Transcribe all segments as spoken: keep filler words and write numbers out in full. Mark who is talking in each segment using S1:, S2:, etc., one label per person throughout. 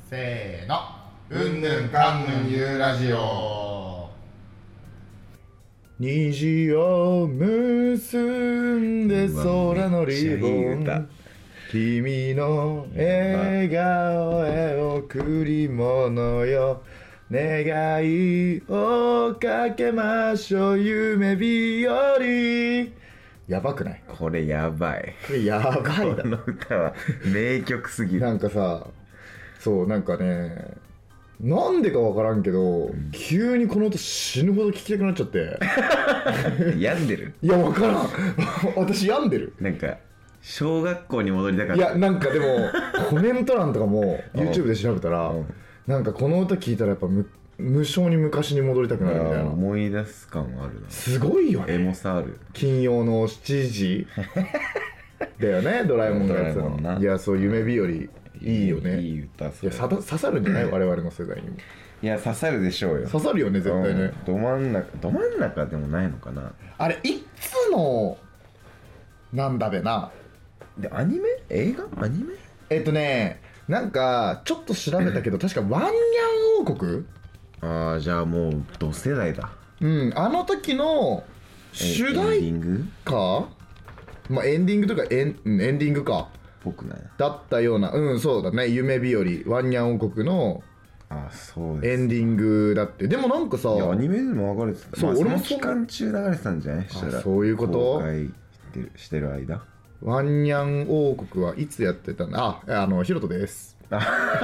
S1: せーの、うんぬんかんぬんゆうラジオ。虹を結んで空のリボン、君の笑顔へ贈り物よ、願いをかけましょう夢日和。やばくない？
S2: これやばい。
S1: これやばいだ。
S2: この歌は名曲すぎる。
S1: なんかさ、そうなんかね、なんでかわからんけど、うん、急にこの音死ぬほど聴きたくなっちゃって
S2: 病んでる？
S1: いやわからん私病んでる。
S2: なんか小学校に戻りたかった。
S1: いやなんかでもコメント欄とかも YouTube で調べたら、うん、なんかこの歌聴いたらやっぱ無無性に昔に戻りたくなるみたいな。
S2: 思い出す感あるな。
S1: すごいよね。
S2: エモさある。
S1: 金曜のしちじだよね、ドラえもんがやつの。いやそう、夢日和いいよね。
S2: いい歌。い
S1: やさ刺さるんじゃない我々の世代にも。
S2: いや刺さるでしょうよ。
S1: 刺さるよね絶対ね、うん、
S2: ど真ん中ど真ん中でもないのかな
S1: あれ。いつのなんだべな。
S2: でアニメ映画アニメ
S1: えっとねなんかちょっと調べたけど確かワンニャン王国。
S2: ああ、じゃあもう同世代だ。
S1: うん、あの時の主題歌、まあエンディングとかエン、エンディングか
S2: 僕なんや
S1: だったような。うん、そうだね、夢日和ワンニャン王国の
S2: あそうです
S1: エンディングだって。でもなんかさ、
S2: いやアニメでも流れてた。そう、まあ、俺も期間中流れてたんじゃない？したら
S1: そういうこと
S2: 公開してる、してる間。
S1: ワンニャン王国はいつやってたんだ？あ、あのヒロトです。はい、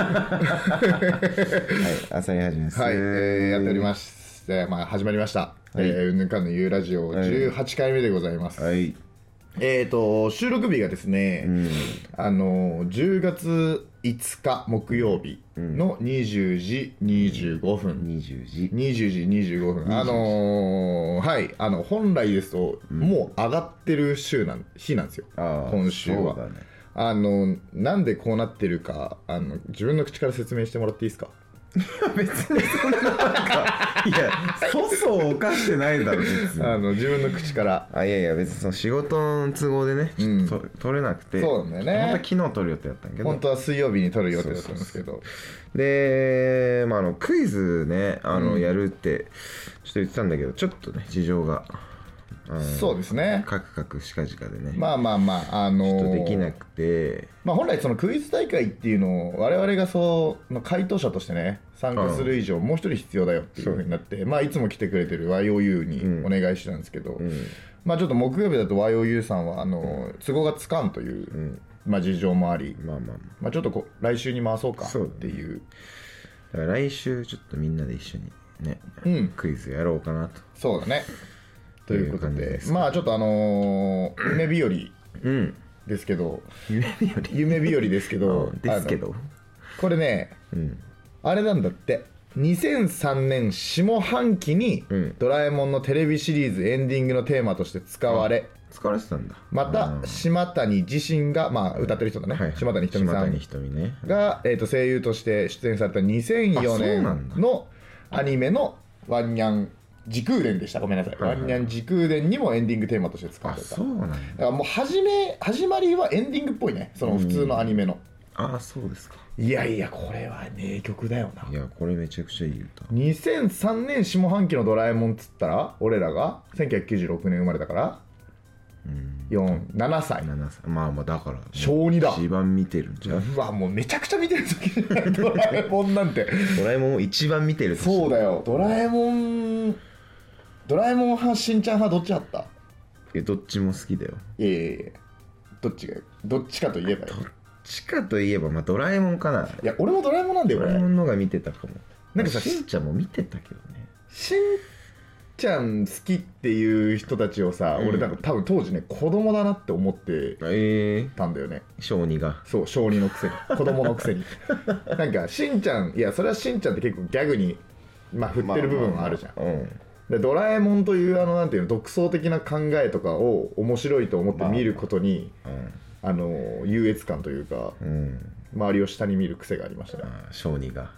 S2: 朝日はじめです。
S1: はい、えー、やっております。えー、まあ始まりました。はい、えー、うんぬんかんぬんゆうラジオじゅうはちかいめでございます。はい。えーと収録日がですね、うん、あのじゅうがついつか木曜日のにじゅうじにじゅうごふん、
S2: にじゅうじ
S1: にじゅうじにじゅうごふん、あのー、はいあの本来ですと、うん、もう上がってる週なん日なんですよ。今週は。そうだね。あのなんでこうなってるか、あの自分の口から説明してもらっていいですか？
S2: いや別にそんななんかいや粗相を犯してないだろ別に。
S1: あの自分の口から。
S2: あいやいや別にその仕事の都合でね、うん、ちょっと取れなくて。
S1: そうなんだよね。
S2: 本当は昨日取る予定だったんだけど、
S1: 本当は水曜日に取る予定だったんですけど、そうそう
S2: そうで、まあ、あのクイズねあの、うん、やるってちょっと言ってたんだけど、ちょっとね事情が
S1: そうですね、
S2: カクカクしかじかでね、
S1: まあまあまああのー、
S2: ちょっとできなくて、
S1: まあ本来そのクイズ大会っていうのを我々がそうの回答者としてね参加する以上もう一人必要だよっていう風になって、まあいつも来てくれてる ワイオーユー にお願いしてたんですけど、うん、まあちょっと木曜日だと ワイオーユー さんはあのー、都合がつかんという、うん、まあ事情もあり、まあまあまあちょっとこう来週に回そうかっていう。
S2: だから来週ちょっとみんなで一緒にね、うん、クイズやろうかなと。
S1: そうだね。ということで、まあちょっとあのー、夢日和ですけど、
S2: 夢日和
S1: 夢日和ですけど
S2: ですけど
S1: これね、うん、あれなんだって、にせんさんねん下半期に、うん、ドラえもんのテレビシリーズエンディングのテーマとして使われ、
S2: 使われてたんだ。
S1: また島谷自身が、まあ歌ってる人だね、はい、島谷ひとみさんが、えーと声優として出演されたにせんよねんのアニメのワンニャン時空伝でした。ごめんなさい。ワンニャン時空伝にもエンディングテーマとして使われた。
S2: そうなんだ。だ
S1: からもう始め始まりはエンディングっぽいね。その普通のアニメの。
S2: ああそうですか。
S1: いやいやこれは名曲だよな。
S2: いやこれめちゃくちゃいい歌。
S1: にせんさんねん下半期のドラえもんっつったら俺らがせんきゅうひゃくきゅうじゅうろくねん生まれだから、うん、よん、ななさい。
S2: ななさい。まあまあだから
S1: 小にだ。
S2: 一番見てるんじゃん。
S1: うわもうめちゃくちゃ見てる時ドラえもんなんて。
S2: ドラえもんを一番見てる。
S1: そうだよ。ドラえもん。ドラえもん派、しんちゃん派、どっちあった？
S2: え、どっちも好きだよ。
S1: いやいやいや、どっちが、どっちかといえばよ。
S2: どっちかといえば、まあドラえもんかな。
S1: いや、俺もドラえもんなんだよ、
S2: ドラえもんのが見てたかも。
S1: なんかさ、
S2: しんちゃんも見てたけどね。
S1: しんちゃん好きっていう人たちをさ、うん、俺なんか多分当時ね、子供だなって思ってたんだよね。
S2: えー、小児が。
S1: そう、小児のくせに。子供のくせに。なんか、しんちゃん、いや、それはしんちゃんって結構ギャグに、まあ、振ってる部分はあるじゃん。まあまあまあ、うんでドラえもんというあのなんていうの独創的な考えとかを面白いと思って見ることに、まあうん、あの優越感というか、うん、周りを下に見る癖がありましたね。
S2: 小児が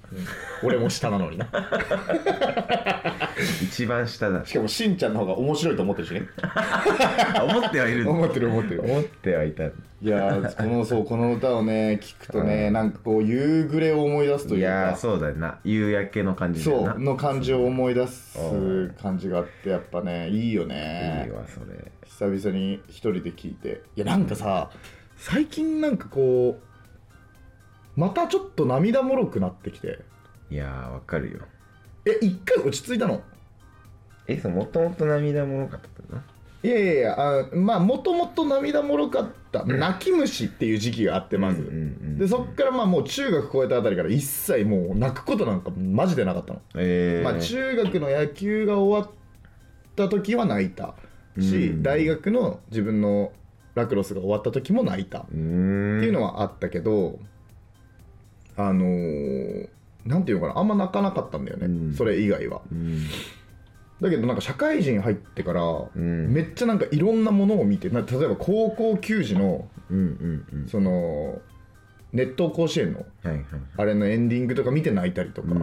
S1: うん、俺も下なのにな
S2: 一番下だ。
S1: しかもしんちゃんの方が面白いと思ってるしね
S2: 思ってはいる
S1: 思ってる思ってる
S2: 思ってはいた。
S1: いやこのそうこの歌をね聞くとね、うん、なんかこう夕暮れを思い出すというか、
S2: いやそうだよな、夕焼けの感じだよな、
S1: そうの感じを思い出す感じがあって、やっぱねいいよね。
S2: いいわそれ。
S1: 久々に一人で聞いて、いやなんかさ最近なんかこうまたちょっと涙もろくなってきて。
S2: いやーわかるよ。
S1: え一回落ち着いたの？え
S2: そうもともと涙もろかったの？
S1: いやいやいや、あまあもともと涙もろかった、うん、泣き虫っていう時期があってまず、うんうんうん、でそっからまあもう中学超えたあたりから一切もう泣くことなんかマジでなかったの、えーまあ、中学の野球が終わった時は泣いたし、うん、大学の自分のラクロスが終わった時も泣いたっていうのはあったけど、あのー、なんていうのかな、あんま泣かなかったんだよね、うん、それ以外は、うんだけどなんか社会人入ってから、うん、めっちゃなんかいろんなものを見て、な例えば高校球児の、うんうんうん、その熱湯甲子園の、はいはいはい、あれのエンディングとか見て泣いたりとか、うんうんうん、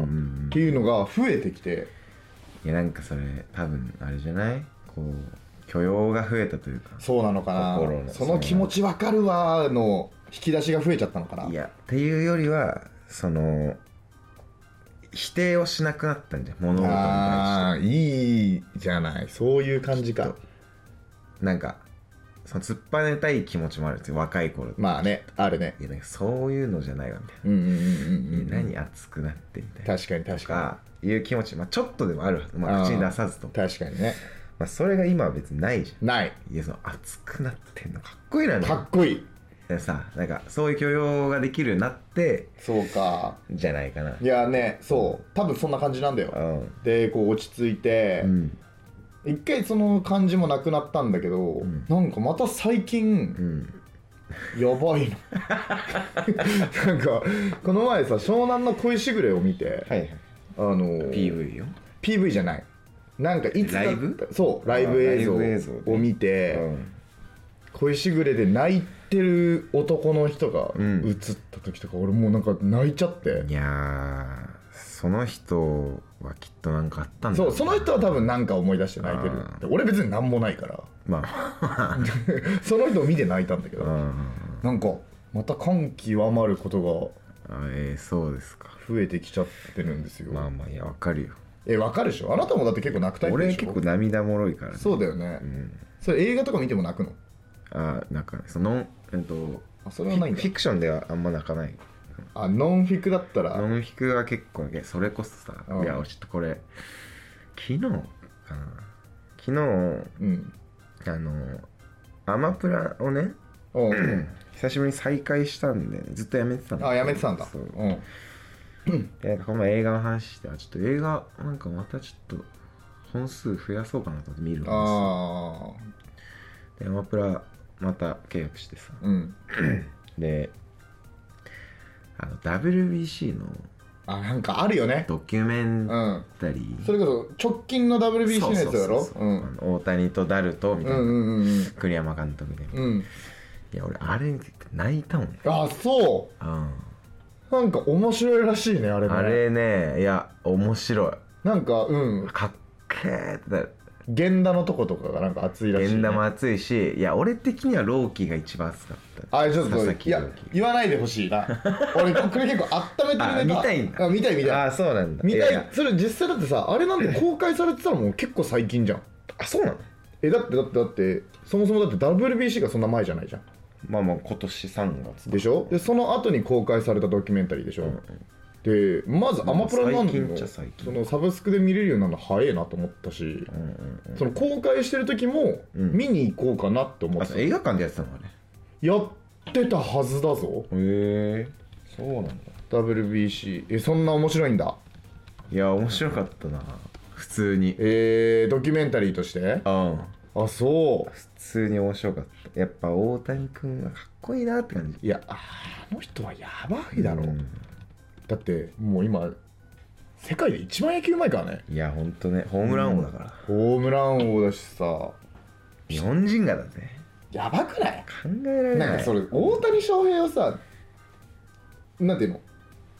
S1: っていうのが増えてきて、
S2: いやなんかそれ多分あれじゃない、こう許容が増えたというか、
S1: そうなのかな、のその気持ちわかるわの引き出しが増えちゃったのかな。
S2: いやっていうよりはその否定をしなくなったんじゃん、物事に対して。ああ
S1: いいじゃない、そういう感じか。
S2: なんかその突っぱねたい気持ちもあるんですよ、若い頃。
S1: まあね、あるね。
S2: いやなんかそういうのじゃないわみたいな、うんうんうんうん、何熱くなってみたいな、
S1: 確かに確か
S2: にいう気持ち、まあ、ちょっとでもあるはず、まあ、口に出さずと。
S1: 確かにね、
S2: まあ、それが今は別にないじゃん。
S1: ない。
S2: いやその熱くなってんのかっこいいな。
S1: かっこいい。
S2: でさ、なんかそういう許容ができるようになって、
S1: そうか
S2: じゃないかな。
S1: いやね、そう多分そんな感じなんだよ、うん、でこう落ち着いて、うん、一回その感じもなくなったんだけど、うん、なんかまた最近、うん、やばいのなんかこの前さ湘南の恋しぐれを見て、はいはい、あの
S2: ピーブイ よ
S1: ピーブイ じゃない、なんかいつだ
S2: ライブ
S1: そうライブ映像を見て、恋しぐれで泣いてる男の人が映った時とか、うん、俺もうなんか泣いちゃって。
S2: いやーその人はきっとなんかあったんだ、ね、
S1: そうその人は多分なんか思い出して泣いてる。俺別になんもないから、まあその人を見て泣いたんだけど、なんかまた感極まること
S2: がえー、そうですか
S1: 増えてきちゃってるんですよ。
S2: まあまあいやわかるよ。
S1: えわかるでしょ、あなたもだって結構泣くタイプでしょ。
S2: 俺結構涙もろいからね。
S1: そうだよね、うん、それ映画とか見ても泣くの？
S2: あ泣かない。そのえっと
S1: あそれはないんだ。
S2: フィクションではあんま泣かない。
S1: あノンフィクだったら。
S2: ノンフィクは結構ね、それこそさ、うん、いやちょっとこれ昨日かな昨日、うん、あのアマプラをね久しぶりに再開したんで、ね、ずっとやめてたんだ。
S1: あやめてたんだ。そう、
S2: うん、でなんかこの前映画の話して、あちょっと映画なんかまたちょっと本数増やそうかなと思って見るんですよ。あでアマプラまた契約してさ、うん、であの ダブリュービーシー の
S1: あなんかあるよね
S2: ドキュメンタリー、
S1: うん、それこそ直近の ダブリュービーシー のやつだろ。
S2: 大谷とダルトみたいな、うんうんうん、栗山監督で、うん、いや俺あれ泣いたもん。
S1: あそう、うん、なんか面白いらしいねあれね。
S2: あれねいや面白い、
S1: なんかうん
S2: かっけーってなる。
S1: 源田のとことかがなんか熱いらしい、ね、
S2: 源田も熱いし、いや俺的には朗希が一番熱かった。
S1: あちょっといや言わないでほしいな俺これ結構温めてるネタ。
S2: 見たいんだ。
S1: あ見たい見たい。
S2: あそうなんだ。
S1: 見たい。いやいやそれ実際だってさあれなんて公開されてたらもう結構最近じゃん。
S2: あそうなの。
S1: えだってだってだってそもそもだって ダブリュービーシー がそんな前じゃないじゃん。
S2: まあまあ今年さんがつ
S1: でしょ。でその後に公開されたドキュメンタリーでしょ、うんうんでまずアマプラなんのそのサブスクで見れるようになるの早いなと思ったし、うんうんうん、その公開してる時も見に行こうかなって思ってた、
S2: うん、映画館でやってたのあ
S1: れやってたはずだぞ。
S2: へえそうなんだ。
S1: ダブリュービーシー えそんな面白いんだ。
S2: いや面白かったな普通に。
S1: えー、ドキュメンタリーとして。うんあそう
S2: 普通に面白かった。やっぱ大谷君がかっこいいなって感じ。
S1: いやあの人はやばいだろ、うん、だってもう今世界で一番野球うまいからね。
S2: いやほんとねホームラン王だから、
S1: うん、ホームラン王だしさ
S2: 日本人がだぜ。
S1: やばくない？
S2: 考えられない。
S1: なんかそれ大谷翔平をさなんていうの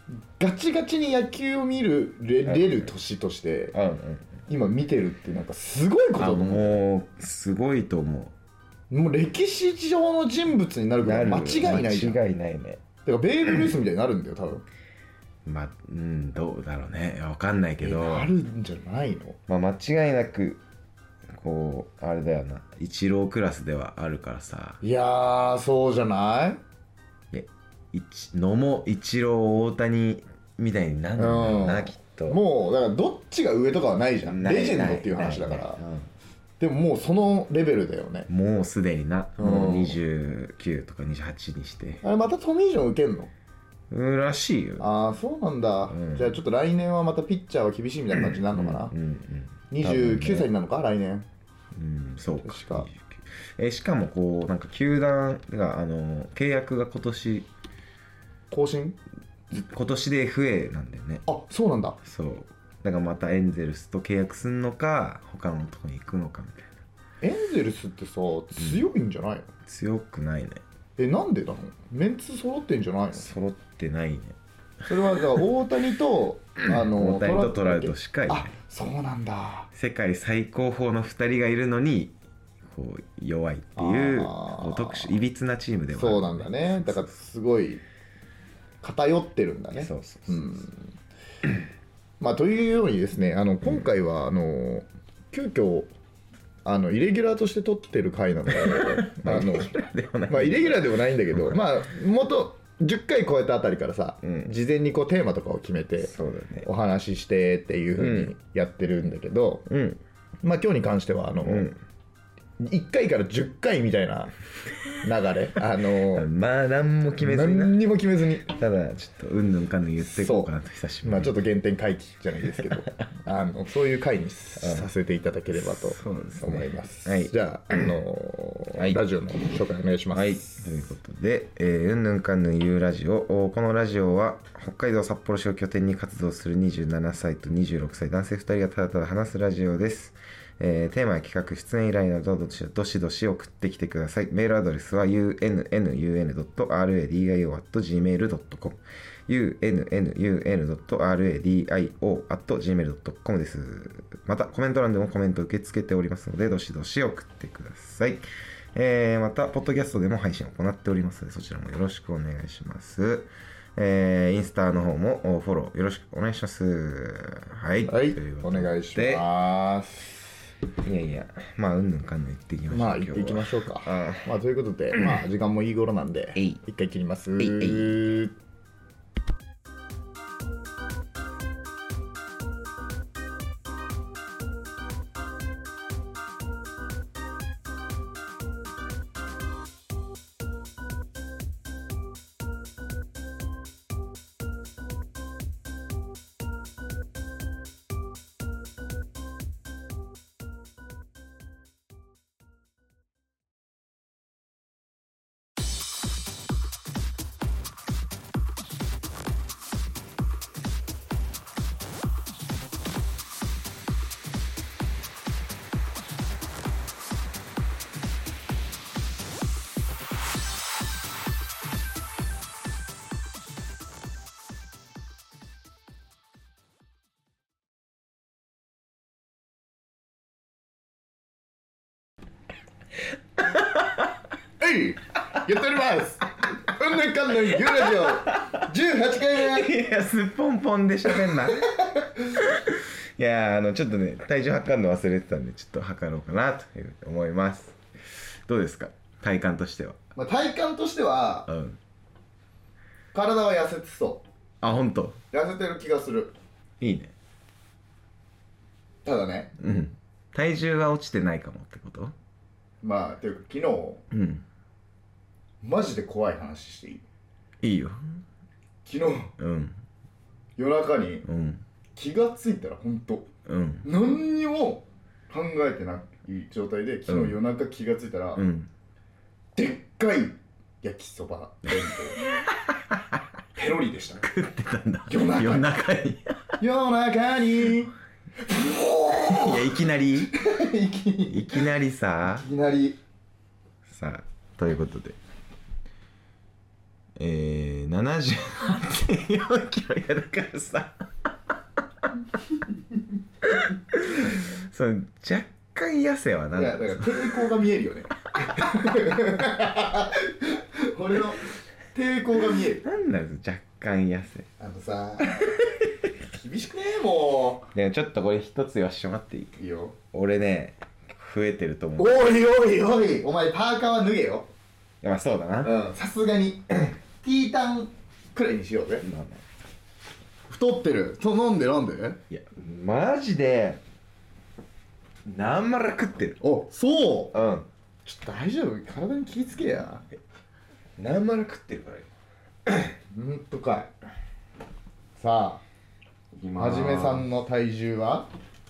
S1: ガチガチに野球を見るれれる年として
S2: うんうん
S1: 今見てるってなんかすごいことだと思う。
S2: もうすごいと思う。
S1: もう歴史上の人物になることは間違いないじゃん。
S2: 間違いないね。
S1: だからベーブ・ルースみたいになるんだよ多分。
S2: まあうんどうだろうね、わかんないけど
S1: なるんじゃないの。
S2: まあ間違いなくこうあれだよな、イチロークラスではあるからさ。
S1: いやーそうじゃない。
S2: いや野茂、イチロー、大谷みたいになるんだろうな、
S1: うん
S2: きっと。
S1: もうだからどっちが上とかはないじゃん。
S2: ない
S1: レジェンドっていう話だから
S2: ないないない
S1: でももうそのレベルだよね。
S2: もうすでにな、
S1: うん
S2: もうにじゅうきゅうとかにじゅうはちにして
S1: あれまたトミー・ジョン受けんの。
S2: うんらしいよ。
S1: ああそうなんだ、
S2: うん、
S1: じゃあちょっと来年はまたピッチャーは厳しいみたいな感じになるのかな。
S2: うんうんうん、
S1: にじゅうきゅうさいになるのか来年。
S2: うんそうか。
S1: 確か
S2: えしかもこうなんか球団があの契約が今年
S1: 更新。
S2: 今年で エフエー なんだよね。
S1: あそうなんだ。
S2: そうだからまたエンゼルスと契約すんのか他のとこに行くのかみたいな。
S1: エンゼルスってさ強いんじゃないの、
S2: 強くないね。
S1: えなんでなの。メンツ揃ってんじゃないの。
S2: 揃ってないね。
S1: それはだから大谷とあの
S2: 大谷とトラウトしかいない。
S1: あそうなんだ。
S2: 世界最高峰のふたりがいるのにこう弱いっていう
S1: あー
S2: こう特殊いびつなチームではある。
S1: そうなんだね。だからすごい偏ってるんだね。
S2: そうそうそうう、
S1: んまあというようにですね、あの今回はあの急遽あのイレギュラーとして撮ってる回なのであの
S2: でもない
S1: まあイレギュラーでもないんだけどまあもっとじゅっかい超えたあたりからさ、
S2: うん
S1: 事前にこうテーマとかを決めて
S2: そうだね。
S1: お話ししてっていう風にやってるんだけど、
S2: うん
S1: まあ今日に関してはあの、
S2: うん
S1: いっかいからじゅっかいみたいな流れあの
S2: まあ何も決めずにな。
S1: 何にも決めずに
S2: ただちょっとうんぬんかんぬん言っていこうかなと久しぶりに。
S1: まあちょっと原点回帰じゃないですけどあのそういう回にさせていただければと
S2: そうなんですね
S1: 思います。
S2: はい
S1: じゃあ、あのー
S2: はい
S1: ラジオの紹介お願いします。
S2: はい、ということで、えー、うんぬんかんぬん言うラジオ。おこのラジオは北海道札幌市を拠点に活動するにじゅうななさいとにじゅうろくさい男性ふたりがただただ話すラジオです。えー、テーマや企画、出演依頼などどしどしどし送ってきてください。メールアドレスは ユーエヌエヌユーエヌドットアールエーディーアイオーアットジーメールドットコム ユーエヌエヌユーエヌドットアールエーディーアイオーアットジーメールドットコム です。またコメント欄でもコメント受け付けておりますのでどしどし送ってください。えー、またポッドキャストでも配信を行っておりますのでそちらもよろしくお願いします。えー、インスタの方もフォローよろしくお願いします。はい、
S1: はい、
S2: ということで
S1: お願いします。
S2: いやいや、まあ、うんぬんかんぬん言っていきましょう。
S1: まあ行っていきま
S2: し
S1: しょうか。
S2: あ
S1: まあということで、まあ時間もいい頃なんで
S2: えい
S1: 一回切ります。
S2: えいえい
S1: えいやっておりますうんぬんかんぬんゆうラジオじゅうはちかいめ。
S2: いや、すっぽんぽんで喋んな。いや、あの、ちょっとね、体重測るの忘れてたんで、ちょっと測ろうかなというふうに思います。どうですか体感としては。
S1: まあ、体感としては
S2: うん。
S1: 体は痩せてそ
S2: あ、ほんと
S1: う痩せてる気がする。
S2: いいね。
S1: ただね
S2: うん。体重が落ちてないかもってこと
S1: まあていうか昨日
S2: うん。
S1: マジで怖い話していい。
S2: いいよ。
S1: 昨日
S2: うん。
S1: 夜中に
S2: うん。
S1: 気がついたらほんと
S2: うん。
S1: 何にも考えてない状態で昨日夜中気がついたら、
S2: うん。
S1: でっかい焼きそば弁当ペロリでしたね。
S2: 食ってたんだ。
S1: 夜中
S2: 夜中に。
S1: 夜中に
S2: いや、いきなり
S1: いき
S2: いきなりさ
S1: いきなり
S2: さあ、ということで。 えー、ななじゅうはちてんよんキロ。いやだからさそう若干痩せはなんだ。
S1: いやだから抵抗が見えるよね俺の抵抗が見える。
S2: なんだよ若干痩せ。
S1: あのさ厳しくねえも
S2: でもちょっとこれ一つ言わしてもらっていい？
S1: ういいよ。
S2: 俺ね増えてると思う。
S1: おいおいおい、お前パーカーは脱げよ。
S2: いやまあそうだな。
S1: うん、さすがにティータンくらいにしようぜ。
S2: まあまあ
S1: 太ってると飲んでなんで？
S2: いやマジでなんまら食ってる。
S1: お、そう
S2: うん
S1: ちょっと大丈夫？体に気ぃつけや。
S2: なんまら食ってるから今。
S1: うんとかい。さあはじめさんの体重は？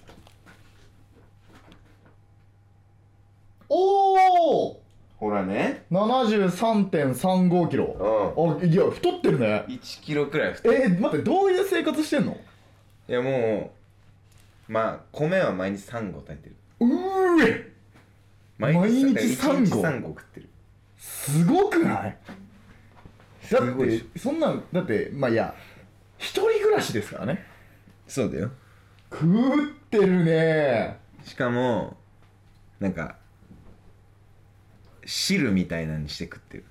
S1: おお
S2: ほらね。
S1: ななじゅうさんてんさんごキロ。
S2: うん
S1: あ、いや太ってるね。
S2: いちキロくらい太ってる。
S1: えー、待って、どういう生活してんの？
S2: いやもうまあ米は毎日さん合炊いてる。
S1: うーえ毎日さん合
S2: いちにちさん合食ってる。
S1: すごくない？だっ
S2: すごいでして
S1: そんなんだってまあいや一人暮らしですからね。
S2: そうだよ。
S1: 食ってるね。
S2: しかもなんか汁みたいなのにして食ってる。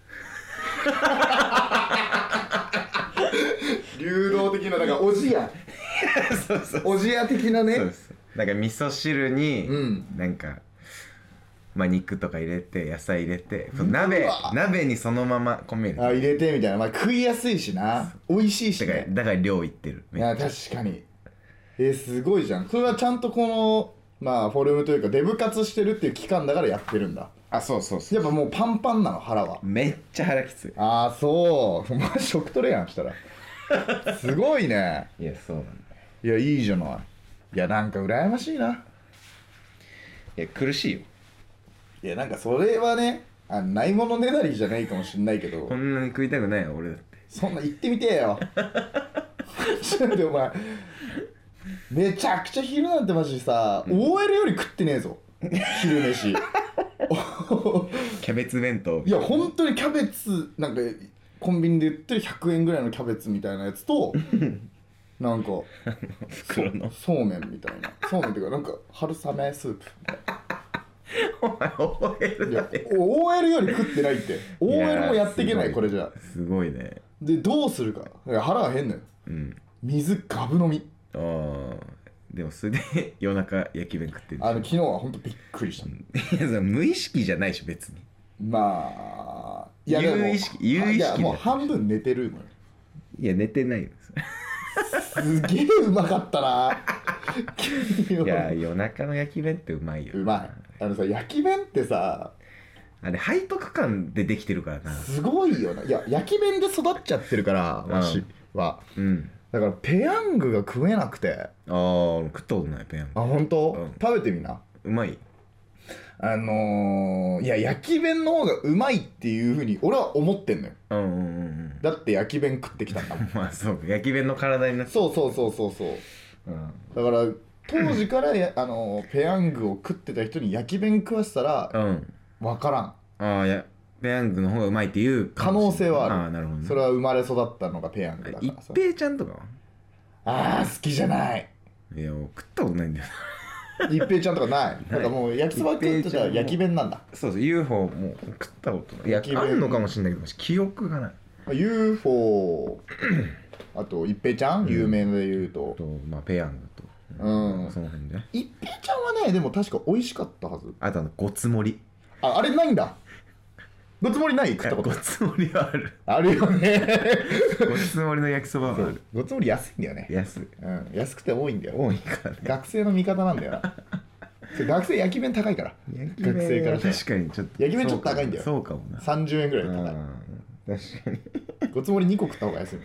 S1: 流動的ななんかおじや
S2: そうそう
S1: おじや的なね。
S2: そうそうなんか味噌汁に、
S1: うん、
S2: なんかまあ肉とか入れて野菜入れて
S1: うわ
S2: 鍋鍋にそのまま米入れて
S1: あ入れてみたいな。まあ食いやすいしな、美味しいし
S2: だから
S1: ね。
S2: だから量いってる。
S1: いや確かに。えー、すごいじゃん。それはちゃんとこのまあフォルムというかデブ活してるっていう期間だからやってるんだ。
S2: あそうそうそう。
S1: やっぱもうパンパンなの腹は。
S2: めっちゃ腹きつい。
S1: ああそうお前食トレやんしたらすごいね。
S2: いやそうなんだ。
S1: いやいいじゃない。いやなんか羨ましいな。
S2: いや苦しいよ。
S1: いやなんかそれはねあないものねだりじゃないかもしんないけど
S2: こんなに食いたくないよ俺だって。
S1: そんな言ってみてえよちょっとお前めちゃくちゃ昼なんてマジさ、うん、オーエル より食ってねえぞ昼飯
S2: キャベツ弁当。
S1: いや本当にキャベツなんかコンビニで売ってるひゃくえんぐらいのキャベツみたいなやつとなんか
S2: 袋の
S1: そうめんみたいなそうめんっていうかなんか春雨スープみたいな。
S2: お前 オーエル だって。
S1: オーエル より食ってないって。 オーエル もやっていけないこれじゃ。
S2: すごいね。
S1: でどうするか。腹が変だよ、うん、水ガブ飲み。
S2: ああでもそれで夜中焼き弁食ってる。
S1: あの昨日はほんとびっくりした。
S2: いやそれ無意識じゃないでしょ別に。
S1: まあいや
S2: 有意識有意識。いや
S1: もう半分寝てるのよ。
S2: いや寝てないよ。
S1: すげえうまかったな。
S2: いや夜中の焼き弁ってうまいよ。
S1: うまい。あのさ焼き弁ってさ
S2: あれ背徳感でできてるからな。
S1: すごいよな。いや焼き弁で育っちゃってるからわしは、うん、だからペヤングが食えなくて。あ
S2: あ食ったことないペヤング。
S1: あ本当、うん、食べてみな。
S2: うまい。
S1: あのー、いや焼き弁の方がうまいっていうふうに俺は思ってんのよ。
S2: うんうんうんうん
S1: だって焼き弁食ってきたんだもん。
S2: まあそうか焼き弁の体になって。
S1: そうそうそうそうそう、うん、だから当時からやあのー、ペヤングを食ってた人に焼き弁食わせたら、うん、分からん。
S2: ああいやペヤングの方がうまいっていう
S1: 可能性はある。
S2: ああなるほど、ね、
S1: それは生まれ育ったのがペヤングだからさ。
S2: 一平ちゃんとかは
S1: ああ好きじゃない。
S2: いや食ったことないんだよ。
S1: 一平ちゃんとかない。なんかもう焼きそば食ってたら焼き弁なんだ。
S2: そうそう ユーフォー もう食ったことない。いやあるのかもしれないけど記憶がない。
S1: ユーフォー あと一平ちゃん、うん、有名で言うと
S2: と、まあ、ペヤングと、
S1: うん、その辺で一平ちゃんはねでも確か美味しかったはず。
S2: あとあのごつ盛り。
S1: ああれないんだ。ごつ盛りない食ったこと。
S2: ごつ盛りはある。
S1: あるよね。
S2: ごつ盛りの焼きそばはある。
S1: ごつ盛り安いんだよね。
S2: 安い、
S1: うん、安くて多いんだよ。
S2: 多いからね。
S1: 学生の味方なんだよな。学生焼き弁高いから。
S2: 焼き弁学生から確かにちょっと
S1: 焼き弁ちょっと高いんだよ。
S2: そうかもな。
S1: さんじゅうえんぐらい高い。
S2: 確かに。
S1: ごつ盛りにこ食った方が安い。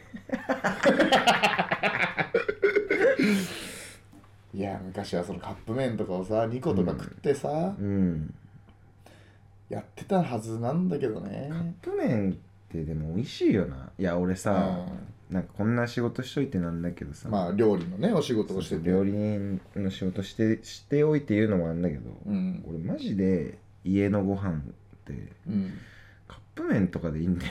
S1: いや昔はそのカップ麺とかをさにことか食ってさ、うんうん、やってたはずなんだけどね。
S2: カップ麺ってでも美味しいよな。いや俺さ、うん、なんかこんな仕事しといてなんだけどさ、
S1: まあ料理のねお仕事をしてて、
S2: 料理人の仕事してしておいて言うのもあるんだけど、うん、俺マジで家のご飯って、うん、カップ麺とかでいいんだよね。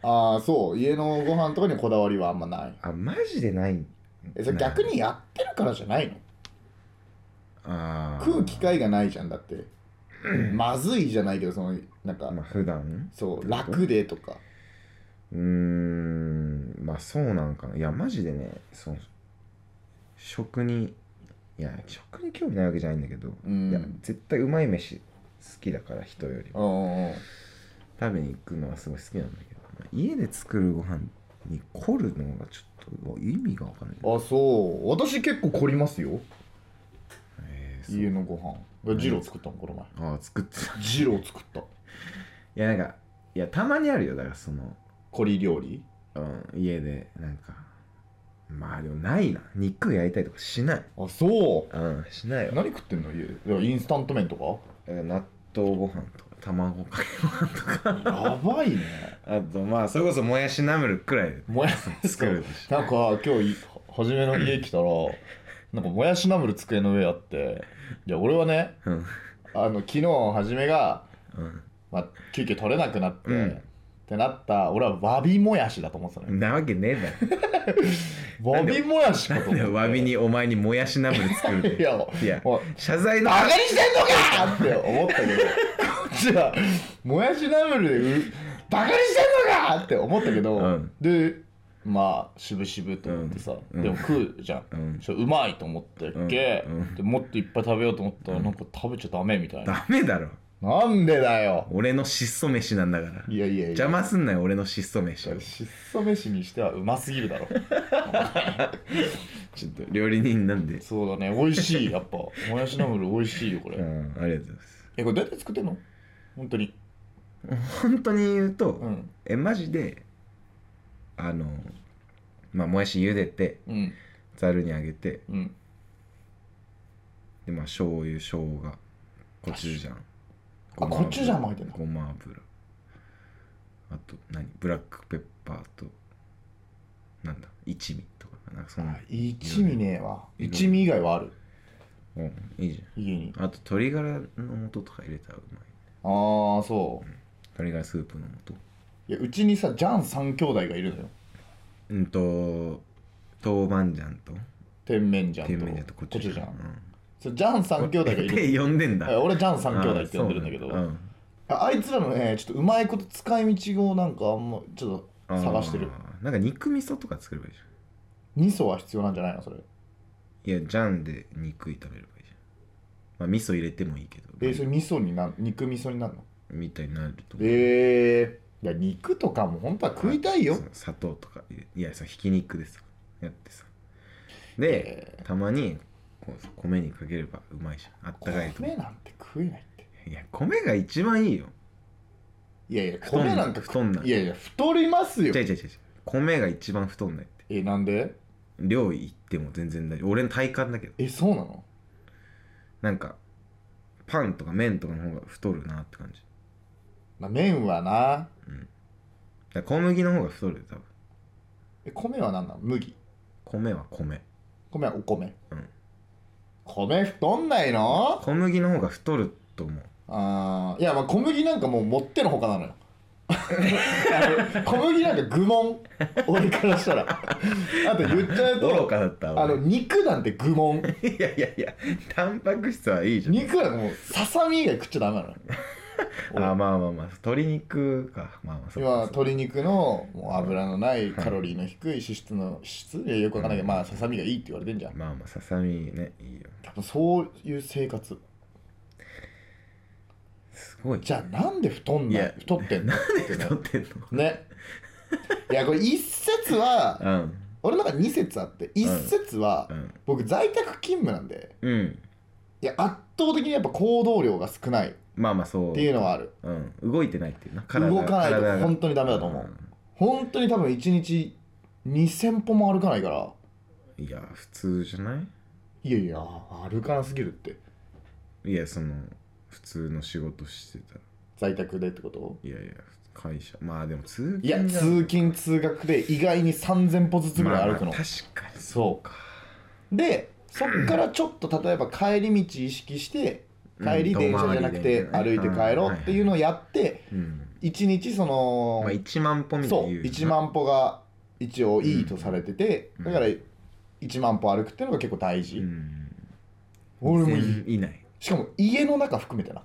S1: ああそう家のご飯とかにこだわりはあんまない。
S2: あマジでない。
S1: えそれ逆にやってるからじゃないの？
S2: あ
S1: 食う機会がないじゃんだってまずいじゃないけどそのなんか、
S2: まあ普段
S1: そう楽でとか。
S2: うーんまあそうなんかな。いやマジでねその食にいや食に興味ないわけじゃないんだけど、
S1: うん、
S2: いや絶対うまい飯好きだから人より
S1: も
S2: 食べに行くのはすごい好きなんだけど、家で作るご飯に凝るのがちょっと意味がわかんない。
S1: あそう私結構凝りますよ、
S2: え
S1: ー、家のご飯ジロー作ったのこの前。
S2: ああ作ってた
S1: ジロー作った。い
S2: やなんかいやたまにあるよだからその
S1: 凝り料理、
S2: うん、家でなんかまあでもないな肉焼いたりとかしない。
S1: あそう
S2: うんしないよ。
S1: 何食ってんの家で？インスタント麺とか
S2: 納豆ご飯とか卵かけご飯とか
S1: やばいね
S2: あとまあそれこそもやしナムルくらいで
S1: もや
S2: 作るでし
S1: なんか今日初めの家来たらなんかもやしナムル机の上あって、いや俺はね、
S2: ょ、うん、
S1: あの昨日初めが、
S2: うん
S1: まあ、急遽取れなくなって、
S2: うん
S1: ってなった俺はわびもやしだと思ってたのよ。
S2: なわけねえだろ
S1: わびもやしかと思って
S2: わびにお前にもやしナムル作るって
S1: いや
S2: いや
S1: もう
S2: 謝罪の
S1: バカにしてんのかって思ったけどこっちはもやしナムルで売るバカにしてんのかって思ったけど、
S2: うん、
S1: でまあ渋々と思ってさ、
S2: うん、
S1: でも食うじゃん、うん、それうまいと思ってっけ、うんうん、でもっといっぱい食べようと思ったら、うん、なんか食べちゃダメみたいな。
S2: ダメだろ
S1: なんでだよ。
S2: 俺の質素飯なんだから。
S1: いやいやいや
S2: 邪魔すんなよ俺の質素飯を。
S1: 質素飯にしてはうますぎるだろ
S2: ちょっと料理人なんで。
S1: そうだね美味しいやっぱもやしナムル美味しいよこれ。
S2: うんありがとうございます。
S1: えこれどうやって作ってんの？本当に
S2: 本当に言うと、
S1: うん、
S2: えマジであのまあもやし茹でてざる、うん、にあげて、うん、でまあ醤油生姜コチュジャン
S1: あコチュジャンも入ってんの？
S2: ごま油あと何ブラックペッパーとなんだ一味とかなんかその
S1: 一味ねえわ。一味以外はある？
S2: うんいいじゃん
S1: 家に。
S2: あと鶏ガラの素とか入れたらうまい。
S1: ああそう、うん、
S2: 鶏ガラスープの素。い
S1: やうちにさジャン三兄弟がいるのよ。
S2: うんと豆板醤と
S1: 甜麺醤と
S2: 甜麺醤とコチュジャン、うん、
S1: そうジャン三兄弟がいる
S2: って呼んでんだ。
S1: 俺ジャン三兄弟って呼んでるんだけど、 あ,、うん、あいつらのねちょっとうまいこと使い道をなんかあんまちょっと探してる。
S2: なんか肉味噌とか作ればいいじ
S1: ゃん。味噌は必要なんじゃないのそれ？
S2: いやジャンで肉炒めればいいじゃん。まあ味噌入れてもいいけど。
S1: えー、それ味噌にな肉味噌になるの？み
S2: たいになると。
S1: えー、いや肉とかも本当は食いたいよ。
S2: 砂糖とか入れいやそのひき肉でさやってさで、えー、たまにこう米にかければうまいじゃん。あったかいと。
S1: 米なんて食えないって。
S2: いや米が一番いいよ。
S1: いやいや米なんか
S2: 太んない。
S1: いやいや太りますよ。
S2: 違う違う違う米が一番太んないって。
S1: えなんで？
S2: 量いっても全然大丈夫。俺の体感だけど。
S1: えそうなの？
S2: なんかパンとか麺とかの方が太るなって感じ。
S1: まあ麺はな。
S2: うん。だ小麦の方が太るよ多分。
S1: え米は何なの？麦。
S2: 米は米。
S1: 米はお米。
S2: うん。
S1: 米太んないの？
S2: 小麦の方が太ると思う。
S1: ああいやまあ小麦なんかもうもってのほかなのよ。あの小麦なんか愚問俺からしたらあと言っちゃうと
S2: 愚かだった
S1: あの肉なんて愚問。
S2: いやいやいやタンパク質はいいじゃん。
S1: 肉なんかもうささみ以外食っちゃダメなのよ。
S2: あまあまあまあ鶏肉かまあまあ
S1: そう今鶏肉のもう油のないカロリーの低い脂質の脂質いやよくわかんないけど、うん、まあささみがいいって言われてんじゃん。
S2: まあまあささみねいいよ。
S1: 多分そういう生活
S2: すごい。
S1: じゃあなんで太んない太ってんの？
S2: なんで太ってんの
S1: ね。いやこれ一説は、うん、俺の中に説あって一説は、うん、僕在宅勤務なんで、うん、いや圧倒的にやっぱ行動量が少ない
S2: まあまあそう
S1: っていうのはある、
S2: うん、動いてないっていうな
S1: 体動かないと本当にダメだと思う、うん、本当に多分いちにちにせんぽも歩かないから。
S2: いや普通じゃない？
S1: いやいや歩かなすぎるって。
S2: いやその普通の仕事してたら
S1: 在宅でってこと？
S2: いやいや会社まあでも通勤
S1: いや通勤通学で意外にさんぜんぽずつぐらい歩くの、
S2: まあ、確かに
S1: そうか。でそっからちょっと例えば帰り道意識して帰り電車じゃなくて歩いて帰ろうっていうのをやって、 いちにちその、
S2: まあ、いちまん歩みたいな言う
S1: そういちまん歩が一応いいとされてて、うん、だからいちまん歩歩くっていうのが結構大事、うん、俺もいい
S2: 以内
S1: しかも家の中含めてな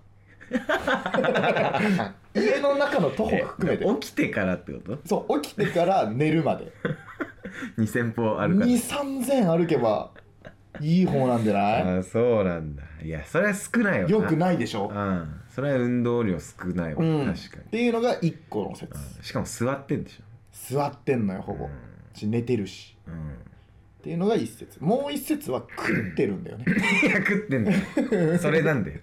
S1: 家の中の徒歩含めて
S2: 起きてからってこと？
S1: そう起きてから寝るまで
S2: にせん歩歩か
S1: にせんさんぜん歩けばいい方なんじゃない？
S2: ああそうなんだ。いやそれは少ないわな。
S1: よくないでしょ。
S2: うん、それは運動量少ないわ、うん、確かに
S1: っていうのがいっこの説、
S2: うん、しかも座ってんでし
S1: ょ。座ってんのよほぼ、うん、寝てるし、うん、っていうのが一説。もう一説は食ってるんだよね
S2: いや食ってんだよそれなんだよ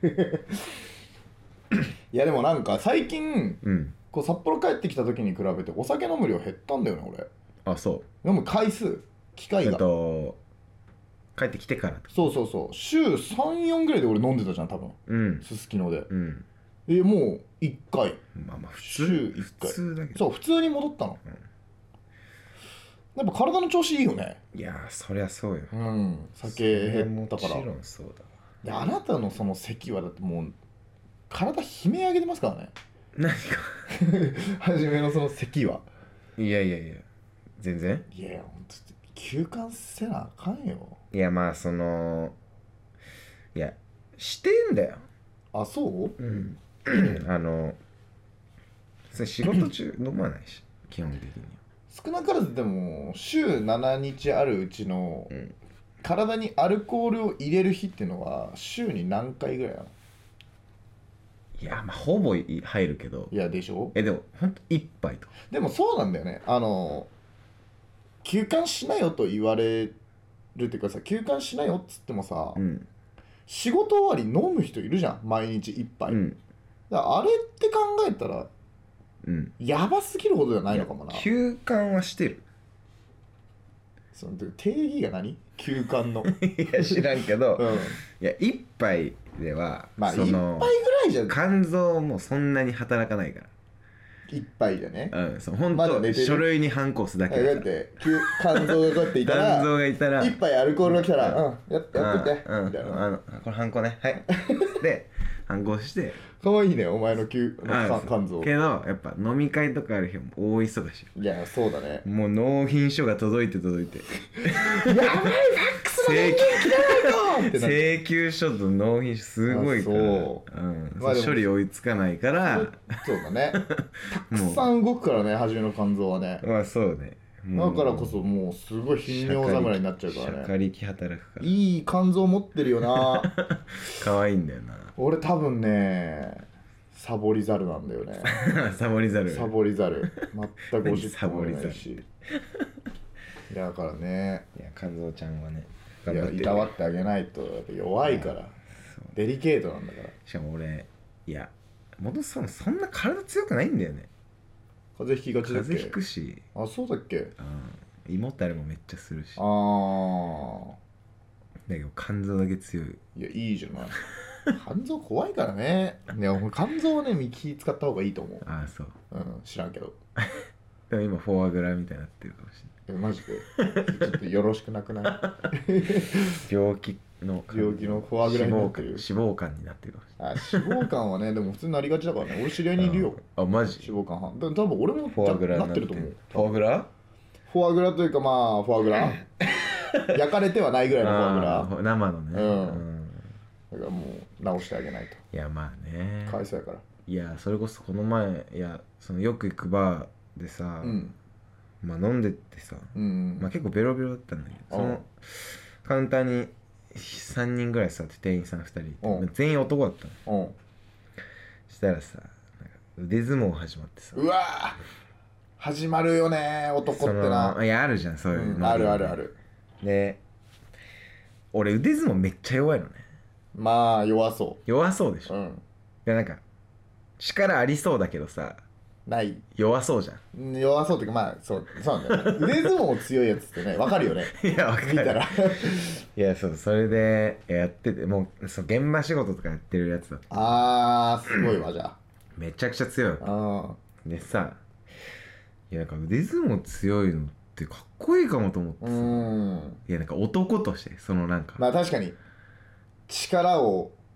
S1: いやでもなんか最近、
S2: うん、
S1: こう札幌帰ってきた時に比べてお酒飲む量減ったんだよね俺。
S2: あそう
S1: 飲む回数機会が、えっと
S2: 帰ってきてから
S1: そうそうそう週さん、よんぐらいで俺飲んでたじゃん多分すすきので、うん、えもういっかい
S2: まあまあ普通
S1: 週いっかい
S2: 普通だけど
S1: そう普通に戻ったの、うん、やっぱ体の調子いいよね。
S2: いやそりゃそうよ。
S1: うん酒減ったから。
S2: もちろんそうだわ。
S1: であなたのその咳はだってもう体悲鳴上げてますからね。
S2: 何か
S1: 初めのその咳は。
S2: いやいやいや全然。
S1: いやほんと休館せなあかんよ。
S2: いやまあそのいやしてんだよ。
S1: あそう
S2: うんあのそれ仕事中飲まないし基本的には。
S1: 少なからずでも週しちにちあるうちの、うん、体にアルコールを入れる日っていうのは週に何回ぐらいなの？
S2: いやまあほぼ入るけど。
S1: いやでしょ。
S2: えでもほんと一杯と。
S1: でもそうなんだよね。あの休館しなよと言われるっていうかさ、休館しなよっつってもさ、うん、仕事終わり飲む人いるじゃん毎日一杯、うん、だからあれって考えたら、うん、やばすぎるほどじゃないのかもな。
S2: 休館はしてる。
S1: その定義が何？休館の
S2: いや知らんけど、うん、いや一杯では
S1: まあ一杯ぐらいじゃ
S2: 肝臓もそんなに働かないから。
S1: 一杯じゃね。
S2: うん、そう本当、ま、書類にハンコ押すだけだから。
S1: だって肝臓がこうやっていたら
S2: 肝臓がいたら
S1: 一杯アルコールが来たら、うん、うん、やってやってて、
S2: うん、みたいな。あのこれハンコね、はいでハンコ押して。
S1: かわいいねお前の肝臓。
S2: けどやっぱ飲み会とかある日も大忙し。
S1: いやそうだね。
S2: もう納品書が届いて届いて
S1: やばいファックスの電源切らないと
S2: 請求書と納品書すごいから、そう、うん、まあ、処理追いつかないから
S1: そうだねたくさん動くからね初めの肝臓はね。
S2: まあそうね。
S1: だからこそもうすごい頻尿侍になっちゃうからね。
S2: しゃかりき働くから
S1: いい肝臓持ってるよな
S2: 可愛いんだよな。俺
S1: 多分ねサボりザルなんだよね
S2: サボりザル
S1: サボりザル全くごじゅっぽんもないしいやだからね。
S2: いや肝臓ちゃんはね
S1: いやいたわってあげないとやっぱ弱いからデリケートなんだから。
S2: しかも俺いや元さんそんな体強くないんだよね。
S1: 風邪ひきがちだっけ？
S2: 風邪ひくし。
S1: あそうだっけ？
S2: うん、胃もたれもめっちゃするし。
S1: ああ
S2: だけど肝臓だけ強い。
S1: いやいいじゃない肝臓怖いからね。いや肝臓はね気使った方がいいと思う。
S2: ああそう、
S1: うん、知らんけど
S2: でも今フォアグラみたいになってるかもし
S1: れない。えマジでちょっとよろしくなくない
S2: 病気の
S1: 病気のフォアグラになってる。
S2: 脂肪肝になってるかもしれない。
S1: あ脂肪肝はねでも普通になりがちだからね。俺知り合いにいるよ。
S2: あマジ？
S1: 脂肪肝は多分俺も
S2: フォアグラ
S1: なってると思う。
S2: フォアグラ？
S1: フォアグラというかまあフォアグラ焼かれてはないぐらいのフォアグラ。
S2: 生のね。うん、うん
S1: だからもう直してあげないと。
S2: いやまあね
S1: かわいそうやから。
S2: いやそれこそこの前いやそのよく行くバーでさ、うん、まあ飲んでってさ、うんうん、まあ結構ベロベロだったんだけど、そのカウンターにさんにんぐらい座って店員さんふたりいて、全員男だったの。したらさなんか腕相撲始まってさ、
S1: うわ始まるよね男ってな。
S2: いやあるじゃんそういうの、
S1: うん、あるあるある。
S2: で俺腕相撲めっちゃ弱いのね。
S1: まあ弱そう。
S2: 弱そうでしょ、うん、いやなんか力ありそうだけどさ
S1: ない
S2: 弱そうじゃ
S1: ん。弱そうっていうかまあそうそうなんだよ、ね、腕相撲強いやつってね分かるよね
S2: いや分かる
S1: 見たら
S2: いやそうそれでやっててもうそう現場仕事とかやってるやつだった。
S1: あーすごいわじゃあ
S2: めちゃくちゃ強いわけでさ、いやなんか腕相撲強いのってかっこいいかもと思ってさ。うん、いやなんか男としてそのなんか
S1: まあ確かに力を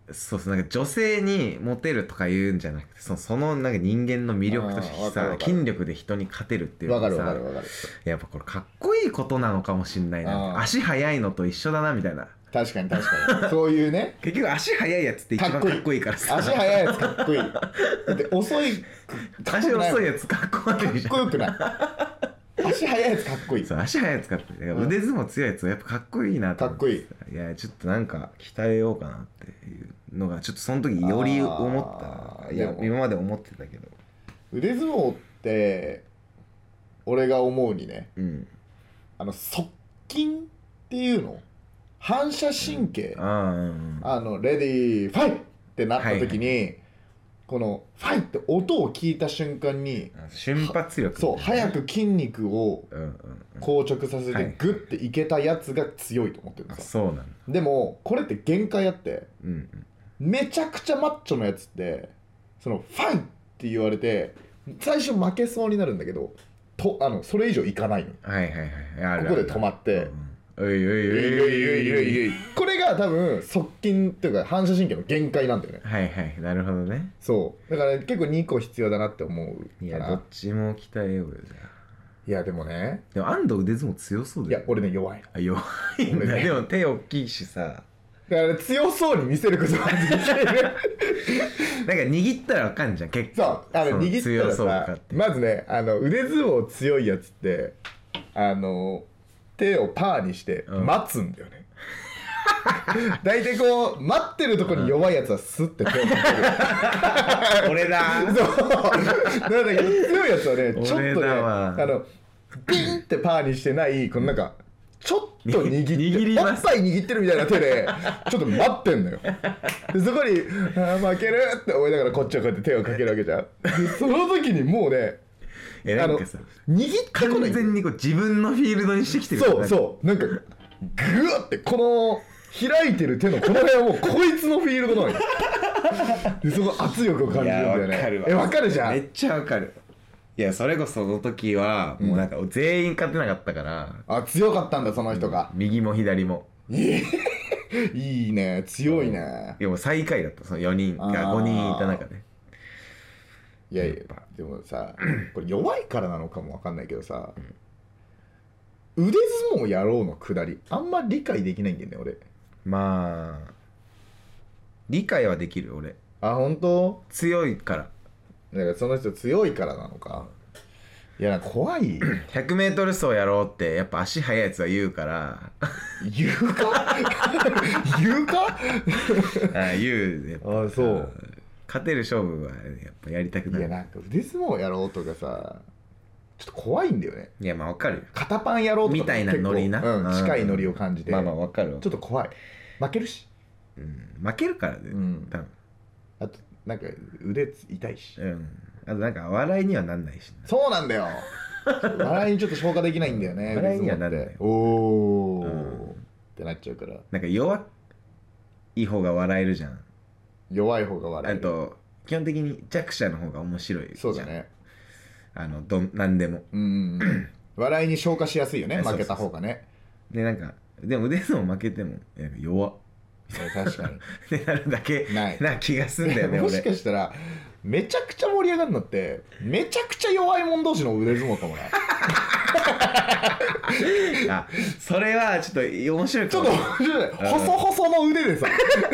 S2: そうそうなんか女性にモテるとか言うんじゃなくてそのそのなんか人間の魅力としてさ筋力で人に勝てるっていうのがさ
S1: わかるわかるわかる
S2: やっぱこれかっこいいことなのかもしんないな足速いのと一緒だなみたいな
S1: 確かに確かにそういうね
S2: 結局足速いやつって一番かっこいいからさ
S1: 足速いやつかっこいいだって遅い
S2: 足遅いやつかっこ悪いじゃん
S1: かっこよくない足速いやつかっこいい
S2: そう足速いやつかっこいいだから腕相撲強いやつはやっぱかっこいいなと思って
S1: かっこいい
S2: いやちょっとなんか鍛えようかなっていうのがちょっとその時より思ったいや今まで思ってたけど
S1: 腕相撲って俺が思うにね、うん、あの側筋っていうの反射神経、うん、あ,、うん、あのレディーファイってなった時に、はいはい、このファイって音を聞いた瞬間に
S2: 瞬発力、ね、
S1: そう早く筋肉を硬直させてグッていけたやつが強いと思ってるんですよ、
S2: そうなんだ
S1: でもこれって限界あって、うんうん、めちゃくちゃマッチョのやつってそのファイって言われて最初負けそうになるんだけどとあのそれ以上いかないの、
S2: はいはいはい、
S1: ここで止まって、うん
S2: おいおいおいおいおいおい
S1: これが多分側筋っていうか反射神経の限界なんだよね
S2: はいはいなるほどね
S1: そうだから結構にこ必要だなって思う
S2: いやどっちも鍛えようよじゃあ
S1: いやでもね
S2: でも安藤腕相撲強そうだよ、
S1: ね、いや俺ね弱い
S2: あ弱いんだ、ね、でも手大きいしさ
S1: だから強そうに見せることができるなんか
S2: 握ったらわかんじゃん結構
S1: そうあの握ったらさまずねあの腕相撲強いやつってあの手をパーにして待つんだよね、うん、大体こう待ってるとこに弱いやつはスッて手をかける
S2: 俺だ
S1: そうなんだけど強いやつはねちょっとねあのピンってパーにしてないこのなんかちょっと握って
S2: 握ります
S1: おっぱい握ってるみたいな手でちょっと待ってんのよでそこにあ負けるって思いながらこっちはこうやって手をかけるわけじゃんでその時にもうね
S2: えなんかさ
S1: 握ってこない
S2: 完全にこう自分のフィールドにしてきてる
S1: そうそうなんかグーってこの開いてる手のこの辺はもうこいつのフィールドなのよでその圧力を感じるんだよね。
S2: いや分かるわ
S1: え分かるじゃん
S2: めっちゃ分かるいやそれこそその時はもうなんか全員勝てなかったから、
S1: うん、あ強かったんだその人が、
S2: うん、右も左も
S1: いいね強いね
S2: いやもう最下位だったそのよにんがごにんいた中で
S1: いやいやでもさこれ弱いからなのかもわかんないけどさ、うん、腕相撲やろうのくだりあんま理解できないんだよね俺
S2: まあ理解はできる俺
S1: あ本当
S2: 強いから
S1: だからその人強いからなのかいや怖い
S2: ひゃくメートル 走やろうってやっぱ足速いやつは言うから
S1: 言うか言うか
S2: あ言うやっぱ
S1: あそう
S2: 勝てる勝負はやっぱやりたくなる
S1: いやなんか腕相撲やろうとかさちょっと怖いんだよね
S2: いやまあわかるよ
S1: 肩パンやろうとか
S2: みたいなノリな、
S1: うん、近いノリを感じて
S2: まあまあわかる
S1: ちょっと怖い負けるし、
S2: うん、負けるからね、うん、多分
S1: あとなんか腕痛いし、
S2: うん、あとなんか笑いにはなんないし、ね、
S1: そうなんだよ笑いにちょっと消化できないんだよね
S2: 笑いにはなんない
S1: おお、うん、ってなっちゃうから
S2: なんか弱い方が笑えるじゃん
S1: 弱い方が笑える
S2: あと基本的に弱者の方が面白いじゃん
S1: そうだね
S2: あのど何でも
S1: うん笑いに消化しやすいよね負けた方がね
S2: でなんかでも腕相撲負けても弱っ
S1: 確かに
S2: ってなるだけな気がすんだよね
S1: もしかしたらめちゃくちゃ盛り上がるのってめちゃくちゃ弱い者同士の腕相撲かもな
S2: あそれはちょっと面白いかも
S1: ちょっと面白い細細の腕でさ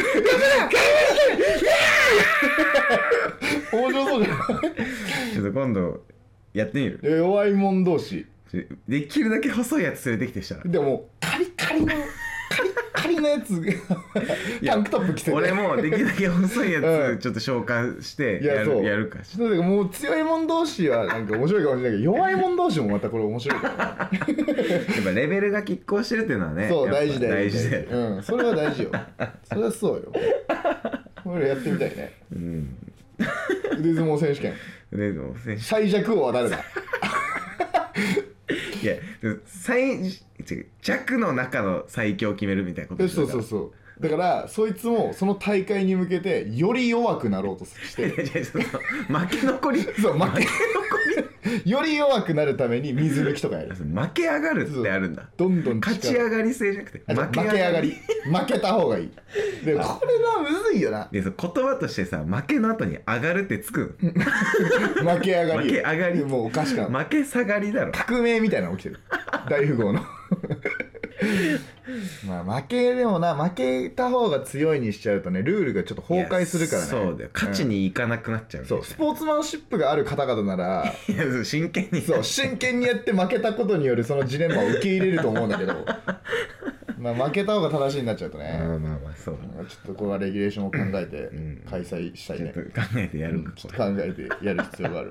S1: 面白そうじゃない
S2: ちょっと今度やってみる
S1: 弱い者同士
S2: できるだけ細いやつ連れてきてしたら
S1: でもカリカリのカリカリのやつタンクトップ着てて
S2: 俺もできるだけ細いやつちょっと消化してやる、うん、やるか
S1: ちょっともう強い者同士はなんか面白いかもしれないけど弱い者同士もまたこれ面白いからなやっ
S2: ぱレベルが拮抗してるっていうのはね
S1: そう大事だよ
S2: 大事だよ、
S1: うん、それは大事よそれはそうよこれやってみたいね、うん、腕相撲選手権
S2: 腕相撲選手
S1: 最弱王は誰だ
S2: いや最弱の中の最強を決めるみたいなこと
S1: そうそうそうだからそいつもその大会に向けてより弱くなろうとして
S2: いやいやそうそう負け残り
S1: そう負け残りより弱くなるために水抜きとかやる。
S2: 負け上がるってあるんだ。
S1: どんどん
S2: 勝ち上がり制じゃなくて
S1: 負け上がり負けた方がいい。でもこれはむずいよな。
S2: で、そ言葉としてさ、負けの後に上がるってつく
S1: 負け上がり
S2: 負け上がり
S1: もうおかしくなる。
S2: 負け下がりだろ。
S1: 革命みたいなの起きてる。大富豪のまあ負けでもな、負けた方が強いにしちゃうとね、ルールがちょっと崩壊するからね。
S2: そうだよ、勝ちにいかなくなっちゃう、
S1: うん、そうスポーツマンシップがある方々なら
S2: いや真剣に
S1: そう真剣にやって負けたことによるそのジレンマを受け入れると思うんだけどまあ負けた方が正しいになっちゃうとね、
S2: まあまあまあそうだ、
S1: ちょっとここはレギュレーションを考えて開催したいね、
S2: ちょっと考えてやるか、
S1: ちょっと考えてやる必要がある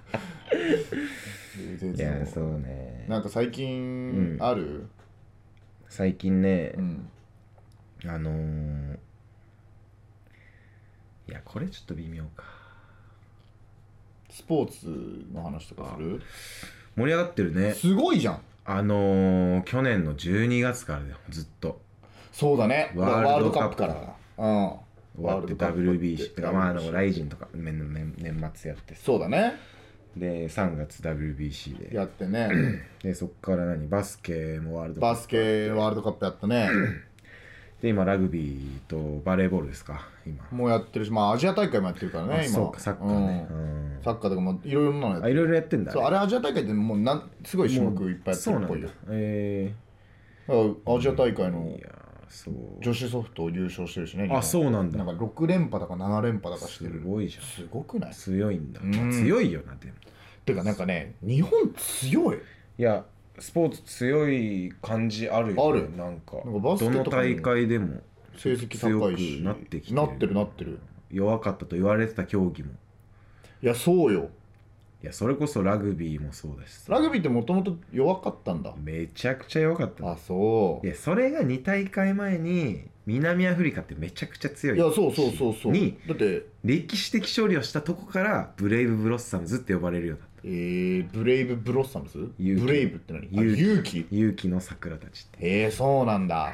S2: いやそうね。
S1: なんか最近ある、うん、
S2: 最近ね、
S1: うん、
S2: あのー、いやこれちょっと微妙か。
S1: スポーツの話とかする？
S2: 盛り上がってるね。
S1: すごいじゃん。
S2: あのー、去年のじゅうにがつからだよ、ずっと。
S1: そうだね、
S2: ワールドカップ
S1: から。うん。
S2: 終わって ダブリュービーシー とか、まああのライジンとか年年末やって、
S1: そうだね。
S2: でさんがつ ダブリュービーシー で
S1: やってね。
S2: でそっから何バスケもワールドカップ、
S1: バスケワールドカップやったね。
S2: で今ラグビーとバレーボールですか今。
S1: もうやってるし、まあアジア大会もやってるからね今。
S2: そうかサッカーね。
S1: うん、サッカーとかもいろいろなのやってる。
S2: あいろいろやってんだ。
S1: そうあれアジア大会ってもうなんすごい種目いっぱいやってるっぽいよ。
S2: え
S1: えー、アジア大会の。
S2: いやそう
S1: 女子ソフト優勝してるしね。
S2: あそうなんだ。
S1: なんかろく連覇だかなな連覇だかしてる。
S2: すごいじゃん。
S1: すごくない？
S2: 強いんだ、
S1: うん、
S2: 強いよな。でも
S1: てかなんかね日本強い。
S2: いやスポーツ強い感じあるよ、ね、
S1: ある。
S2: なんか
S1: なんかバスケ
S2: どの大会でも
S1: 成績高いし
S2: 強くなってきて
S1: なってるなってる。
S2: 弱かったと言われてた競技も。
S1: いやそうよ。
S2: いやそれこそラグビーもそうだし、
S1: ラグビーってもともと弱かったんだ。
S2: めちゃくちゃ弱かった。
S1: あそう
S2: いやそれがに大会前に南アフリカってめちゃくちゃ強い。
S1: いやそうそうそうそう。
S2: に
S1: だって
S2: 歴史的勝利をしたとこからブレイブブロッサムズって呼ばれるようになった。
S1: えー、ブレイブブロッサムズ？ブレイブって何？
S2: 勇気。
S1: 勇気。
S2: 勇気の桜たちって。
S1: えー、そうなんだ。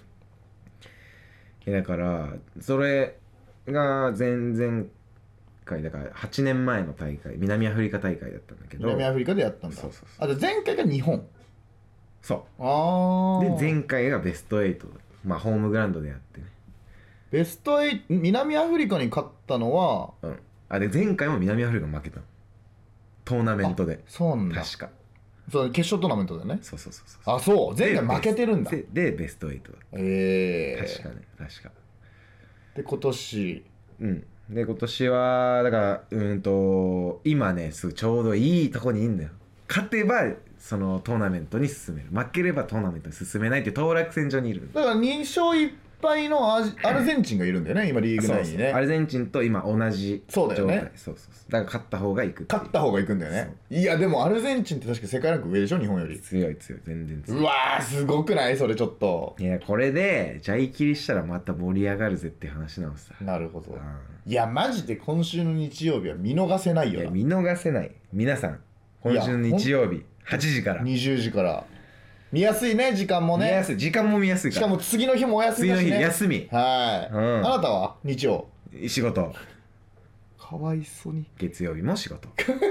S2: だからそれが前々回だからはちねんまえの大会、南アフリカ大会だったんだけど、
S1: 南アフリカでやったんだ。
S2: そうそうそう。
S1: あ、じゃあ前回が日本。
S2: そう。
S1: ああ。
S2: で前回がベストはち、まあホームグラウンドでやってね。
S1: ベストはち、南アフリカに勝ったのは、
S2: うん。あで前回も南アフリカ負けたの。トーナメントで。
S1: そうなんだ。
S2: 確か。
S1: そう決勝トーナメントだよね。
S2: そうそうそうそう。
S1: あそう前回負けてるんだ。
S2: ででベストはちだった。
S1: ええー。
S2: 確かね確か。
S1: で今年。
S2: うん。で今年はだからうんと今ねすぐちょうどいいとこにいんだよ。勝てばそのトーナメントに進める、負ければトーナメントに進めないっていう当落線上にいる。
S1: だからに勝いっぱいのアルゼンチンがいるんだよね今リーグ内にね。
S2: そうそうアルゼンチンと今同じ状態。
S1: そうだよね。
S2: そうそうそうだから勝った方がいく。
S1: 勝った方がいくんだよね。いやでもアルゼンチンって確か世界ランク上でしょ日本より。
S2: 強い強い全然強い。
S1: うわーすごくないそれちょっと。
S2: いやこれでジャイ切りしたらまた盛り上がるぜって話なのさ。
S1: なるほど。いやマジで今週の日曜日は見逃せないよな。
S2: いや見逃せない。皆さん今週の日曜日はちじから
S1: にじゅうじから見やすいね時間もね。
S2: 見やすい時間も見やすいから。
S1: しかも次の日もお休みだしね。
S2: 次の日休み。
S1: はい、うん、あなたは日曜
S2: 仕事。
S1: かわいそうに。
S2: 月曜日も仕事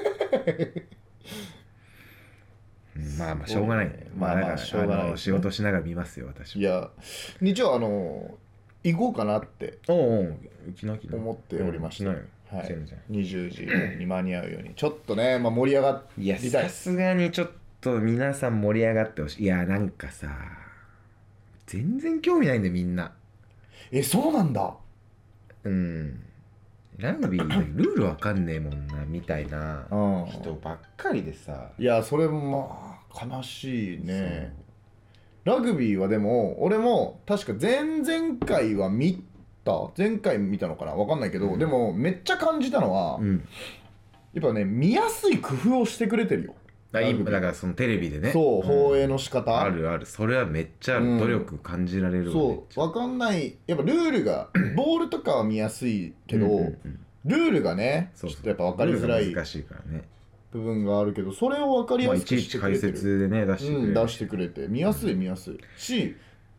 S2: まあまあしょうがないね。まあまあしょうがない、ね、仕事しながら見ますよ私。
S1: いや日曜あの行こうかなって思っておりました。はい、にじゅうじに間に合うようにちょっとね、まあ、盛り上がりたい。
S2: いやさすがにちょっと皆さん盛り上がってほしい。いやなんかさ全然興味ないんだよみんな。
S1: えそうなんだ。
S2: うんラグビールールわかんねえもんなみたいな人ばっかりでさ。
S1: いやそれもまあ悲しいね。ラグビーはでも俺も確か前々回は見た前回見たのかなわかんないけど、うん、でもめっちゃ感じたのは、うん、やっぱね見やすい工夫をしてくれてるよ。
S2: だからそのテレビでね
S1: そう放映の仕方、
S2: うん、あるあるそれはめっちゃある、うん、努力感じられるわ。
S1: そうわかんないやっぱルールがボールとかは見やすいけどうんうん、うん、ルールがねちょっとやっぱ分かりづらい
S2: 難しいからね
S1: 部分があるけどそれを分かりやすくしてくれてる、
S2: まあ、いちいち解説でね出してくれる、
S1: うん、出してくれて見やすい見やすいし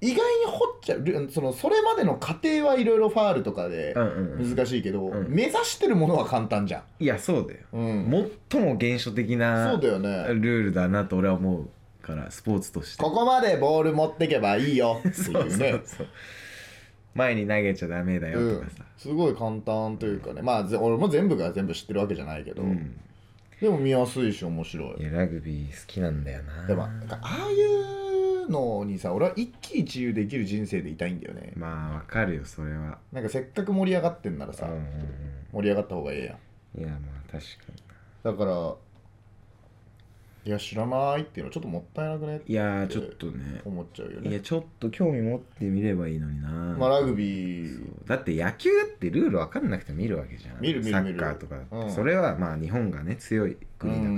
S1: 意外に掘っちゃう、そのそれまでの過程はいろいろファールとかで難しいけど、
S2: うんうんうん、
S1: 目指してるものは簡単じゃん。
S2: いやそうだよ、
S1: うん、
S2: 最も原初的な
S1: そうだよ、ね、
S2: ルールだなと俺は思うからスポーツとして
S1: ここまでボール持ってけばいいよっていうね
S2: そうそうそう、前に投げちゃダメだよとかさ、
S1: うん、すごい簡単というかね、まあ俺も全部が全部知ってるわけじゃないけど、うん、でも見やすいし面白い。
S2: いやラグビー好きなんだよな。
S1: でもなんかああいうのにさ、俺は一喜一憂できる人生でいたいんだよね。
S2: まあわかるよそれは。
S1: なんかせっかく盛り上がってんならさ、うんうんうん、盛り上がった方がええやん。
S2: いやまあ確かに。
S1: だからいや知らないっていうのはちょっともったいなくねって
S2: いやちょっとね
S1: 思っちゃうよね。
S2: いやちょっと興味持ってみればいいのにな。
S1: まあラグビー
S2: だって野球だってルール分かんなくて見るわけじゃん。
S1: 見る見る見る。
S2: サッカーとかだって、
S1: うん、そ
S2: れはまあ日本がね強い国だから、うん、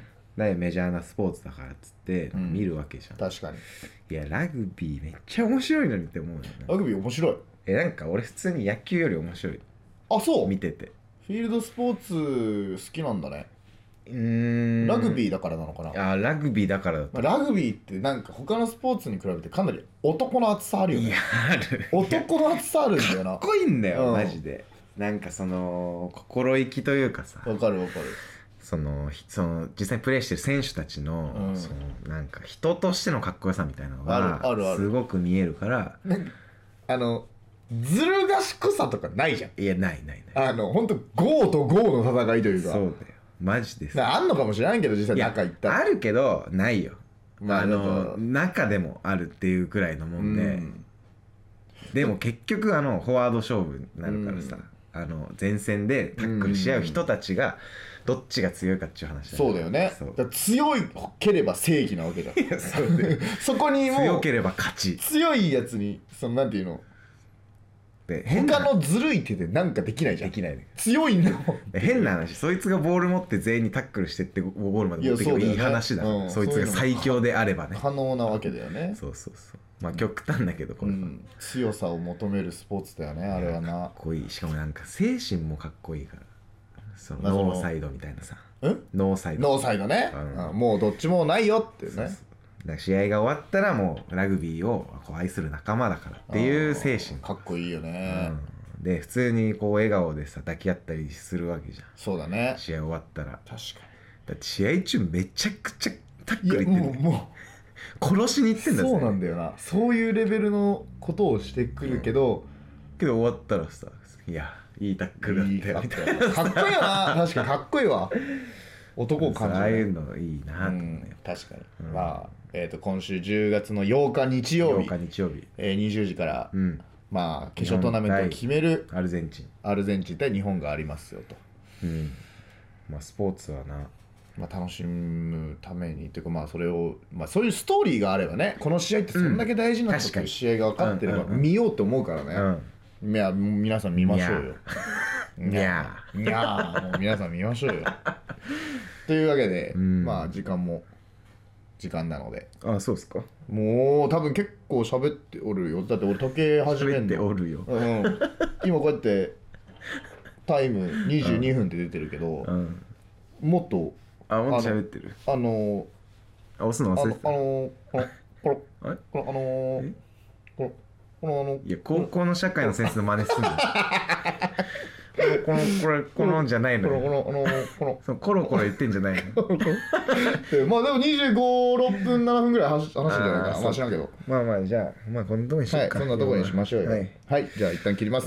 S2: だメジャーなスポーツだからっつって見るわけじゃん、
S1: うん、確かに。
S2: いやラグビーめっちゃ面白いのにって思うよね。
S1: ラグビー面白い。
S2: えなんか俺普通に野球より面白い。
S1: あそう
S2: 見てて
S1: フィールドスポーツ好きなんだね。
S2: うーん
S1: ラグビーだからなのかな。
S2: あラグビーだからだと、
S1: まあ、ラグビーってなんか他のスポーツに比べてかなり男の熱さあるよね。
S2: いやある
S1: 男の熱さあるんだよな。
S2: かっこいいんだよ、
S1: うん、
S2: マジで。なんかその心意気というかさ、
S1: わかるわかる。
S2: そのその実際にプレーしてる選手たちの、うん、そのなんか人としてのかっこよさみたいなのが
S1: あるある
S2: すごく見えるから。
S1: あのずる賢さとかないじゃん。
S2: いやないないない。
S1: あの本当ゴーとゴーの戦いというか。
S2: そうだよマジです。
S1: あんのかもしれないけど実際中行ったら
S2: あるけどないよ、まあ、あの中でもあるっていうくらいのもんで、うん、でも結局あのフォワード勝負になるからさ、うん、あの前線でタックルし合う人たちがどっちが強いかっていう話だ、ね、
S1: そうだよね。だ強いければ正義なわけじゃん。いやそうでそこにもう
S2: 強ければ勝ち。
S1: 強いやつにそのなんていうの他のずるい手でなんかできないじゃん。
S2: できない、ね、
S1: 強いんだもん。
S2: 変な話、そいつがボール持って全員にタックルしてってゴールまで持っていけばいい話だ、ね、うん、そいつが最強であればね
S1: 可能なわけだよね。
S2: そうそうそう、まあ極端だけどこれは、うん、
S1: 強さを求めるスポーツだよねあれはな。
S2: かっこいい。しかもなんか精神もかっこいいから、そのノーサイドみたいなさ、ノーサイド
S1: ノーサイドね、うん、もうどっちもないよっていうね。そうそう、
S2: だから試合が終わったらもうラグビーをこう愛する仲間だからっていう精神
S1: かっこいいよね、
S2: うん、で普通にこう笑顔でさ抱き合ったりするわけじゃん。
S1: そうだね。
S2: 試合終わったら
S1: 確かに。
S2: だって試合中めちゃくちゃタックルいってる、
S1: もうも
S2: う殺しにいってんだぜ。
S1: そうなんだよな。そういうレベルのことをしてくるけど、うん、
S2: けど終わったらさ、いやいいタックルだったよみたいな。
S1: かっこいいよな。確かにかっこいいわ。男を感じる、ね、
S2: ああいうのいいなと、ね、うん、
S1: 確かに、うん、まあ、えー、と今週じゅうがつのようか日曜日、
S2: ようか日曜日、
S1: えー、にじゅうじから、うん、まあ決勝トーナメントを決める
S2: アルゼンチン
S1: アルゼンチン対日本がありますよと、
S2: うん、まあスポーツはな、
S1: まあ、楽しむためにというか、まあそれを、まあ、そういうストーリーがあればね、この試合ってそんだけ大事なという試合が分かってれば見ようと思うからね、うん、いや皆さん見ましょうよ。
S2: にゃ
S1: ーにゃーもう皆さん見ましょうよというわけで、うん、まあ時間も時間なので。
S2: ああそうですか。
S1: もう多分結構喋っておるよ。だって俺時計始めんの。
S2: 喋っておるよ、
S1: うん、今こうやってタイムにじゅうにふんって出てるけど、うん、もっと
S2: あもっと喋ってる。
S1: あの
S2: あ押すの忘れてた。
S1: あのこのこの
S2: あれ
S1: このあのこのこのあの
S2: いや高校の社会の先生の真似すんのこのこれこのじゃないのよ。
S1: このこのこの
S2: そのコロコロ言ってんじゃないの。
S1: まあでもにじゅうご、ろっぷんななふんぐらい話してんじゃないかな。まあ知らんけど。
S2: まあまあじゃあまあこんなとこにしようか。
S1: はい、そんなとこにしましょうよ。はい、はい、じゃあ一旦切ります。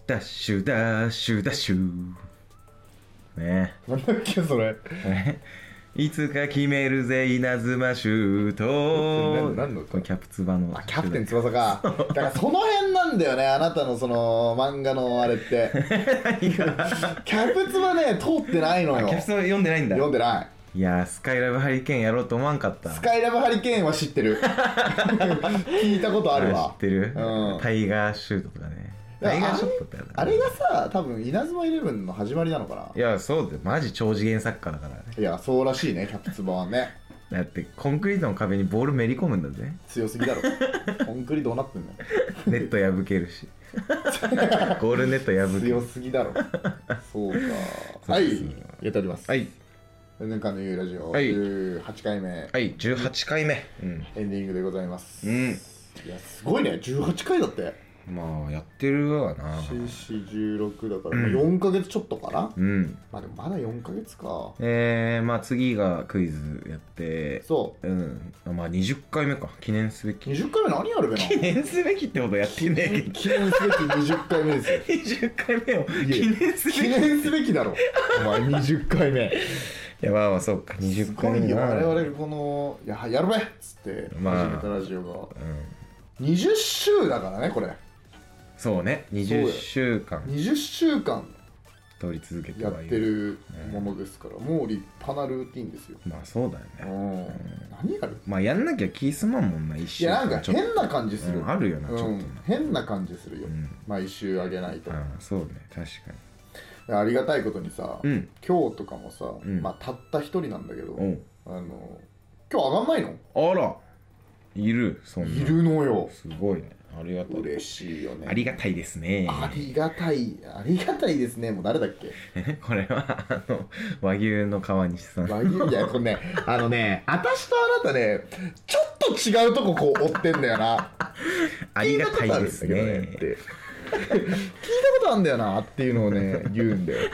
S2: ダッシュダッシュダッシュね
S1: なんだっけそれ
S2: いつか決めるぜ稲妻シュート
S1: 何の
S2: これキャプツバの
S1: あキャプテン翼かだからその辺なんだよねあなたのその漫画のあれってキャプツバね通ってないのよ
S2: キャプツバ読んでないんだ
S1: 読んでない
S2: いやースカイラブハリケーンやろうと思わんかった
S1: スカイラブハリケーンは知ってる聞いたことあるわ
S2: 知ってる、
S1: うん、
S2: タイガーシュートとかねタイガーショットって
S1: あれあれがさ多分稲妻イレブンの始まりなのかない
S2: やそうだよマジ超次元サッカーだからね
S1: いやそうらしいねキャプツバはね
S2: だってコンクリートの壁にボールめり込むんだぜ
S1: 強すぎだろコンクリどうなってんの
S2: ネット破けるしゴールネット破ける
S1: 強すぎだろそうかはいやっております
S2: はい
S1: 年間のゆうラジオ、
S2: はい、
S1: じゅうはちかいめ
S2: はいじゅうはちかいめ、うん、
S1: エンディングでございます
S2: うん
S1: いやすごいねじゅうはちかいだって
S2: まあやってるわな
S1: シーシーじゅうろく だから、うん、よんかげつちょっとかな
S2: うん
S1: まあでもまだよんかげつか
S2: えー、まあ次がクイズやって
S1: そう
S2: うんまあにじゅっかいめか記念すべき
S1: にじゅっかいめ何やるべな
S2: 記念すべきってことやってねえけど
S1: 記念すべきにじゅっかいめですよ
S2: にじゅっかいめを記念すべき
S1: 記念すべきだろお前にじゅっかいめ
S2: いやまあまあそうかにじゅっかいめ
S1: すごいよ我々このいややるべっつって始めたラジオが、まあうん、にじゅっしゅうだからねこれ
S2: そうねにじゅっしゅうかん
S1: にじゅっしゅうかん
S2: 通り続けて
S1: やってるものですから、うん、もう立派なルーティンですよ
S2: まあそうだよね、
S1: うん、何やる
S2: まあやんなきゃ気すまんもんな一週
S1: いやなんか変な感じする、
S2: うん、あるよなちょっと、うん、
S1: 変な感じするよ、うん、毎週あげないと
S2: ああそうね確かに
S1: ありがたいことにさ、うん、今日とかもさ、うん、まあたった一人なんだけど、うん、あの今日上がんないの
S2: あらいるそんない
S1: るのよ
S2: すごいねありがたい
S1: 嬉しいよね
S2: ありがたいですね
S1: ありがたいありがたいですねもう誰だっけ
S2: これはあの和牛の川西さん
S1: 和牛いやこれねあのね私とあなたねちょっと違うとここう追ってんだよな
S2: ありがたいですね
S1: って聞いたことあるんだよなっていうのをね言うんだよ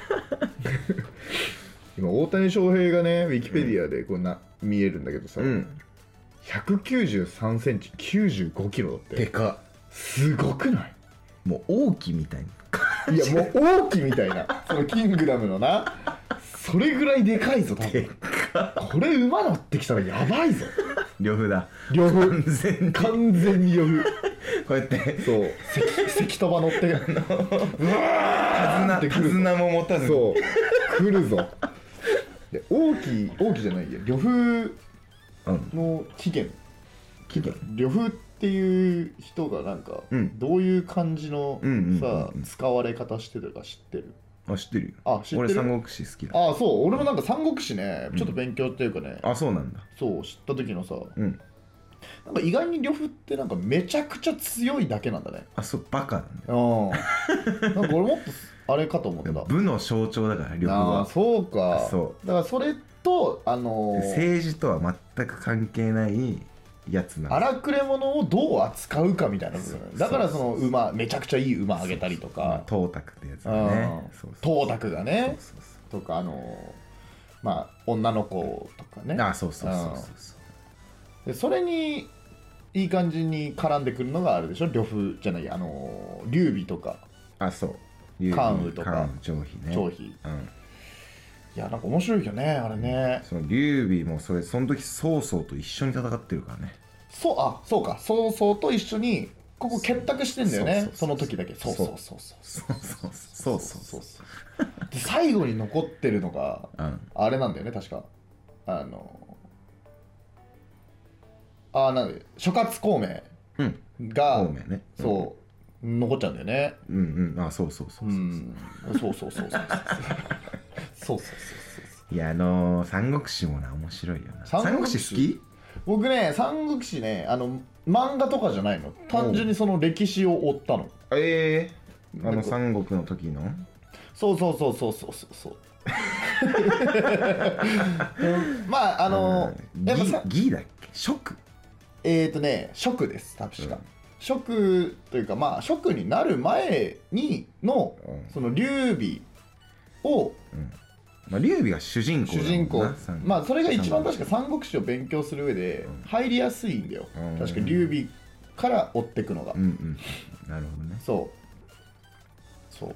S1: 今大谷翔平がねウィキペディアでこうな見えるんだけどさ、うん、ひゃくきゅうじゅうさんセンチきゅうじゅうごキロだって
S2: でか
S1: すごくない
S2: もう王騎みたい
S1: ないやもう王騎みたいなそのキングダムのなそれぐらいでかいぞ多分これ馬乗ってきたらやばいぞ
S2: 呂布だ
S1: 呂布
S2: 完全に
S1: 完全に呂布
S2: こうやって
S1: そう関関飛ば乗ってうわ
S2: ーってくる手綱も持たず
S1: そう来るぞで王騎王騎じゃないや呂布の起源起源呂布っていう人がなんか、うん、どういう感じのさ、うんうんうんうん、使われ方してるか知ってる
S2: あ知ってるよ
S1: あ知ってる
S2: 俺三国志好きだ
S1: あそう俺もなんか三国志ねちょっと勉強っていうかね、
S2: うん、あそうなんだ
S1: そう知った時のさ、
S2: うん、
S1: なんか意外に呂布ってなんかめちゃくちゃ強いだけなんだね
S2: あそうバカなんだ
S1: よなんか俺もっとあれかと思った
S2: 武の象徴だから呂布は
S1: あそうかそうだからそれとあのー、
S2: 政治とは全く関係ないやつなん
S1: 荒くれ者をどう扱うかみたいな部分だからその馬めちゃくちゃいい馬あげたりとか
S2: トータクってやつだね
S1: トータクがねそうそうそうとかあのー、まあ女の子とかね
S2: あそうそうそうそう
S1: そうでそれにいい感じに絡んでくるのがあるでしょ呂布じゃないあのー、劉備とか
S2: あそう
S1: 関羽とか
S2: 張飛ね
S1: 張飛、うんいやなんか面白いよねあれね
S2: その劉備もそれその時曹操と一緒に戦ってるからね
S1: そうあそうか曹操と一緒にここ結託してんだよねその時だけそうそうそうそう
S2: そうそうそう
S1: で最後に残ってるのが、うん、あれなんだよね確かあのあなんで諸葛孔明が、
S2: 孔明ね
S1: そう、うん、残っちゃうんだよね
S2: うんうんあそうそうそうそう
S1: そうそうそうそうそうそうそうそう
S2: いやあのー、三国志もな面白いよな三国志好き
S1: 僕ね三国志ねあの漫画とかじゃないの単純にその歴史を追ったの
S2: ええー、あの三国の時の
S1: そうそうそうそうそうそうそうまああの
S2: やっぱさ義だっけ蜀
S1: えっ、ー、とね蜀です確か、うん、蜀というかまあ蜀になる前にの、うん、その劉備を、
S2: うんまあ、劉備が主人公だもんな
S1: 主人公まあそれが一番確か三国志を勉強する上で入りやすいんだよ、うん、確か劉備から追っていくのが、
S2: うんうん、なるほどね
S1: そうそう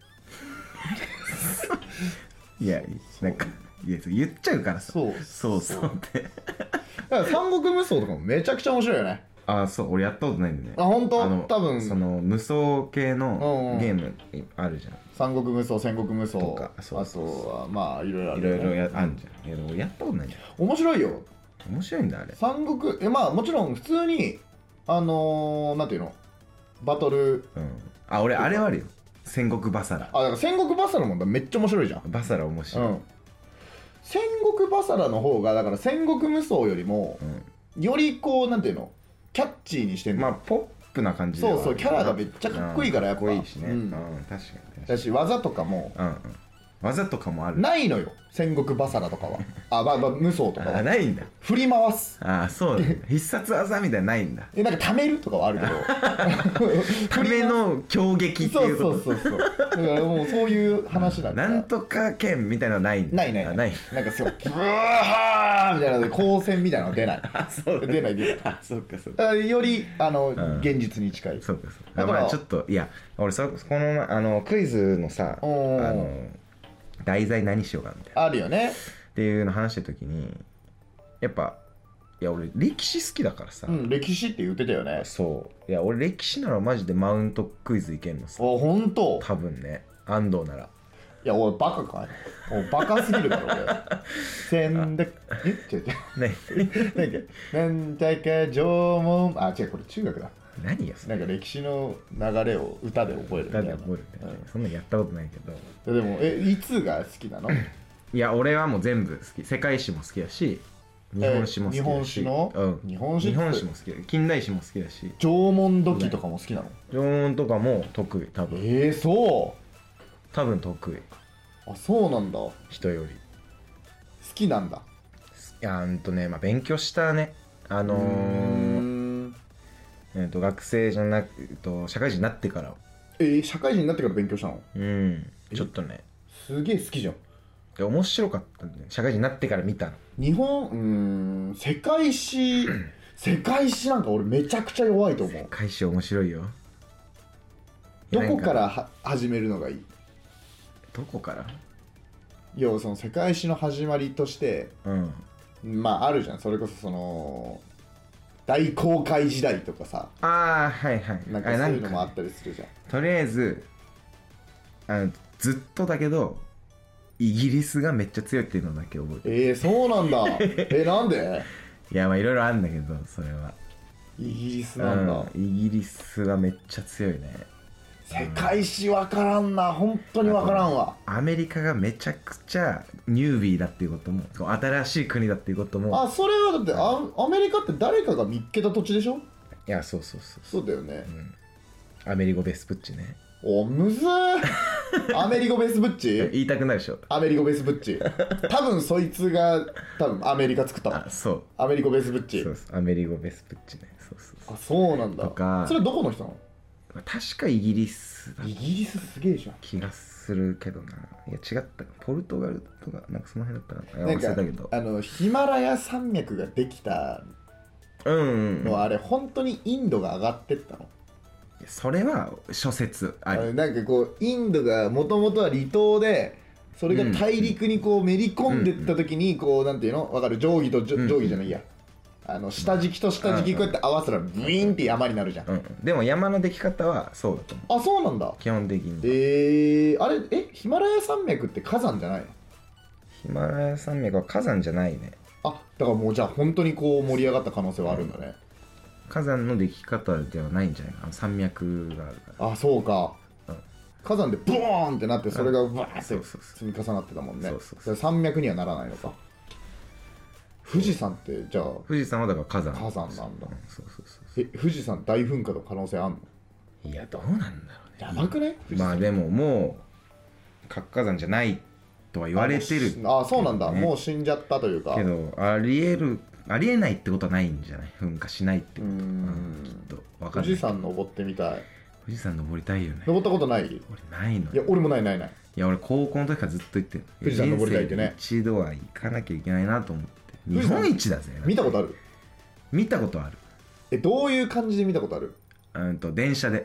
S2: いやなんかいや言っちゃうからさ
S1: そう
S2: そうそうって
S1: だから三国無双とかもめちゃくちゃ面白いよね。
S2: ああそう俺やったことないんでね。
S1: あ本当？
S2: あの
S1: 多分
S2: その無双系のゲームあるじゃん。
S1: 三国無双戦国無双
S2: とかそうそうそう
S1: あとはまあいろいろある、
S2: いろいろやあんじゃん。いやでもやったことないじゃん。
S1: 面白いよ
S2: 面白いんだあれ。
S1: 三国えまあもちろん普通にあのー、なんていうのバトル、
S2: うん、あ俺あれはあるよ戦国バサラ。
S1: あだから戦国バサラもめっちゃ面白いじゃん。
S2: バサラ面白い、
S1: うん、戦国バサラの方がだから戦国無双よりも、うん、よりこうなんていうのキャッチーにしてんの。
S2: まあポップな感じではある。
S1: そうそうキャラがめっちゃかっこいいからやっぱ
S2: かっこいいしね、
S1: うん
S2: うん、確かに確かに
S1: だし技とかも、
S2: うんうん、技とかもある
S1: ないのよ戦国バサラとかはあまあまあ無双とかは
S2: あないんだ。
S1: 振り回す
S2: あそうなんだ必殺技みたいなのないんだ。
S1: えなんか貯めるとかはあるけど
S2: ための強撃っていうこと。
S1: そうそうそうそうだからもうそういう話なんだ
S2: なんとか剣みたいなのないんだ。
S1: ないない
S2: あない
S1: なんかそうブワーハーみたいなので光線みたいなの出ない
S2: あそう
S1: 出ない出ない
S2: あそうかそう
S1: だからよりあの、
S2: ん
S1: 現実に近い
S2: そうかそう
S1: だから
S2: まあちょっといや俺そこのあのクイズのさあ
S1: おー
S2: の題材何しようかみたいな
S1: あるよね
S2: っていうの話した時にやっぱいや俺歴史好きだからさ、
S1: うん歴史って言ってたよね
S2: そういや俺歴史ならマジでマウントクイズいけんのさ
S1: あ本当
S2: 多分ね安藤なら
S1: いや俺バカかいおバカすぎるだろ俺せんでえ違う違う
S2: ね
S1: 何だっけなんだか縄文あ違うこれ中学だ
S2: 何やそれ
S1: なんか歴史の流れを歌で覚えるみたいな
S2: だって覚えるね、そんなんやったことないけど
S1: でもえいつが好きなの
S2: いや俺はもう全部好き世界史も好きだし日本史も好きだし、
S1: 日本史の、
S2: うん、
S1: 日本史って
S2: 日本史も好きだ近代史も好きだし
S1: 縄文土器とかも好きなの
S2: 縄文とかも得意多分
S1: えー、そ
S2: 多分得意
S1: うあそうなんだ好
S2: 人より
S1: きなんだ
S2: いやうんとねまあ勉強したねあの
S1: うー
S2: ー
S1: ん
S2: えー、と学生じゃなくえーと社会人になってから
S1: えー、社会人になってから勉強したの
S2: うんちょっとね
S1: すげえ好きじゃん
S2: で面白かったんだよ社会人になってから見たの
S1: 日本うーん世界史世界史なんか俺めちゃくちゃ弱いと思う
S2: 世界史面白いよ
S1: どこか
S2: なん
S1: らは始めるのがいい
S2: どこから
S1: 要はその世界史の始まりとして
S2: うん
S1: まああるじゃんそれこそその大航海時代とかさ
S2: ああはいはい
S1: なんか
S2: あ
S1: そういうのもあ
S2: なんか
S1: ったりするじゃん
S2: とりあえずあのずっとだけどイギリスがめっちゃ強いっていうのだけ覚えてる
S1: えー、そうなんだえなんで
S2: いやまあいろいろあるんだけどそれは
S1: イギリスなんだ、
S2: うんイギリスがめっちゃ強いね
S1: 世界史わからんな本当にわからんわ
S2: アメリカがめちゃくちゃニュービーだっていうこともそう新しい国だっていうことも
S1: あそれはだってアアメリカって誰かが見っけた土地でしょ
S2: いやそうそうそう
S1: そうだよね、
S2: うん、アメリゴ・ベスプッチね
S1: おむずーアメリゴ・ベスブッチ
S2: 言いたくなるでしょ
S1: アメリゴ・ベスブッチ多分そいつが多分アメリカ作ったの
S2: あそう
S1: アメリゴ・ベスブッチ
S2: そうそうアメリゴ・ベスプッチねそうそうそう
S1: あそうなんだ
S2: とか
S1: それどこの人なの
S2: 確かイギリスだ
S1: イギリスすげえじゃん
S2: 気がするけどないや違ったポルトガルとかなんかその辺だったかな忘
S1: なんか
S2: れたけど
S1: あのヒマラヤ山脈ができた
S2: うんうん、うん、
S1: のはあれ本当にインドが上がってったの
S2: それは諸説あり
S1: あれなんかこうインドがもともとは離島でそれが大陸にこうめり込んでった時にこうなんていうのわかる定規と定規じゃないやあの下敷きと下敷きこうやって合わせたらブイーンって山になるじゃん、
S2: うん、でも山のでき方はそうだと思う
S1: あそうなんだ
S2: 基本的に
S1: えー、あれえヒマラヤ山脈って火山じゃないの
S2: ヒマラヤ山脈は火山じゃないね
S1: あだからもうじゃあ本当にこう盛り上がった可能性はあるんだね、
S2: 火山のでき方ではないんじゃないかな山脈があるから
S1: あそうか、
S2: うん
S1: 火山でボーンってなってそれがバーって
S2: そうそうそう
S1: 積み重なってたもんね
S2: そうそうそう
S1: それ山脈にはならないのか富士山ってじゃあ
S2: 富士山はだから火山
S1: 火山なんだ
S2: うんそうそうそう
S1: え富士山大噴火の可能性あんの
S2: いやどうなんだろうね
S1: やばくない富士山
S2: まあでももう活火山じゃないとは言われてる
S1: ああそうなんだ、
S2: ね
S1: もう死んじゃったというか
S2: けどありえるありえないってことはないんじゃない噴火しないってこと
S1: うーん
S2: うんきっと分かんない
S1: 富士山登ってみたい
S2: 富士山登りたいよね
S1: 登ったことない
S2: 俺ないのよ
S1: いや俺もないないない
S2: いや俺高校の時からずっと言ってる
S1: 富士山登りたいってね
S2: 人生で一度は行かなきゃいけないなと思って日
S1: 富士山
S2: 本一だぜ
S1: 見たことある
S2: 見たことある
S1: えどういう感じで見たことある
S2: うんと電車で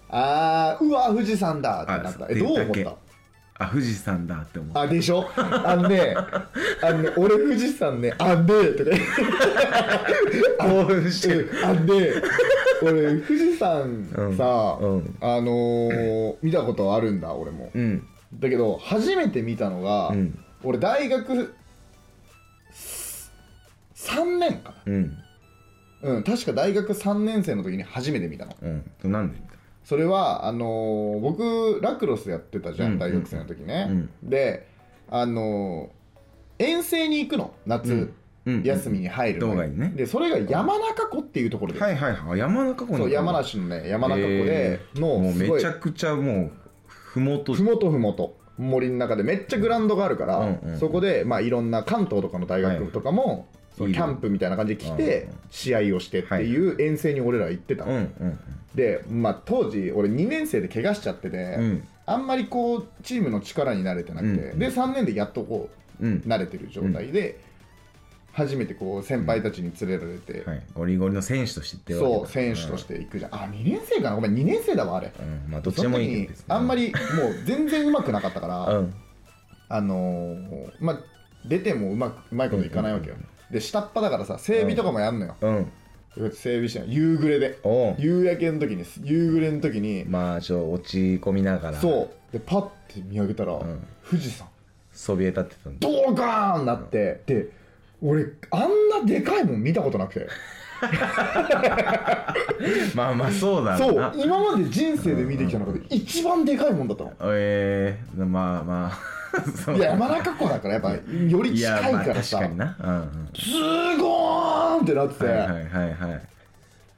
S1: あーうわ富士山だってなった。えどう思った？
S2: あ富士山だって思った。
S1: あでしょ。あのねあのね俺富士山ねあんでーとか
S2: 興奮してる。
S1: あんで俺富士山さ、
S2: うんうん、
S1: あのー、見たことあるんだ俺も、
S2: うん、
S1: だけど初めて見たのが、うん、俺大学さんねんかな、うんうん、確か大学さんねん生の時に初めて見たの。
S2: うん、なんで見た？
S1: それはあのー、僕ラクロスやってたじゃん、うん、大学生の時ね、うん、であのー、遠征に行くの夏、うん、休みに入るの、うん、ね、でそれが山中湖っていうところで、
S2: はいはいはい、山中湖に
S1: そう山梨のね山中湖での、
S2: えー、もうめちゃくちゃもうふもと
S1: ふもとふもと森の中でめっちゃグラウンドがあるから、うんうん、そこでまあいろんな関東とかの大学とかも、はい、そのキャンプみたいな感じで来て試合をしてっていう遠征に俺ら行ってたの、はい、で、まあ、当時俺にねん生で怪我しちゃってて、うん、あんまりこうチームの力に慣れてなくて、うん、でさんねんでやっとこう、うん、慣れてる状態で、うん、初めてこう先輩たちに連れられて、
S2: はい、ゴリゴリの選手として行って
S1: そう選手として行くじゃん。あにねん生かな、ごめんにねん生だわあれ、
S2: うん、まあどっちでもいいけどですね。
S1: あんまりもう全然うまくなかったから、うん、あのー、まあ出てもうまくうまいこといかないわけよ、うんうんうん、で下っ端だからさ整備とかもやんのよ、うん、整備して夕暮れで夕焼けの時に夕暮れの時に
S2: まあちょっと落ち込みながら
S1: そうでパッて見上げたら、うん、富士山
S2: そびえ立ってたんだ。
S1: ドーガーンなって、うん、で俺あんなでかいもん見たことなくて
S2: まあまあそうだな。
S1: そう今まで人生で見てきた中で一番でかいもんだったの。
S2: ええー、まあまあ
S1: いや山中湖だからやっぱより近いからさ、
S2: 確かにな、うんうん、
S1: すごーんってなってて、
S2: はいはいはいはい、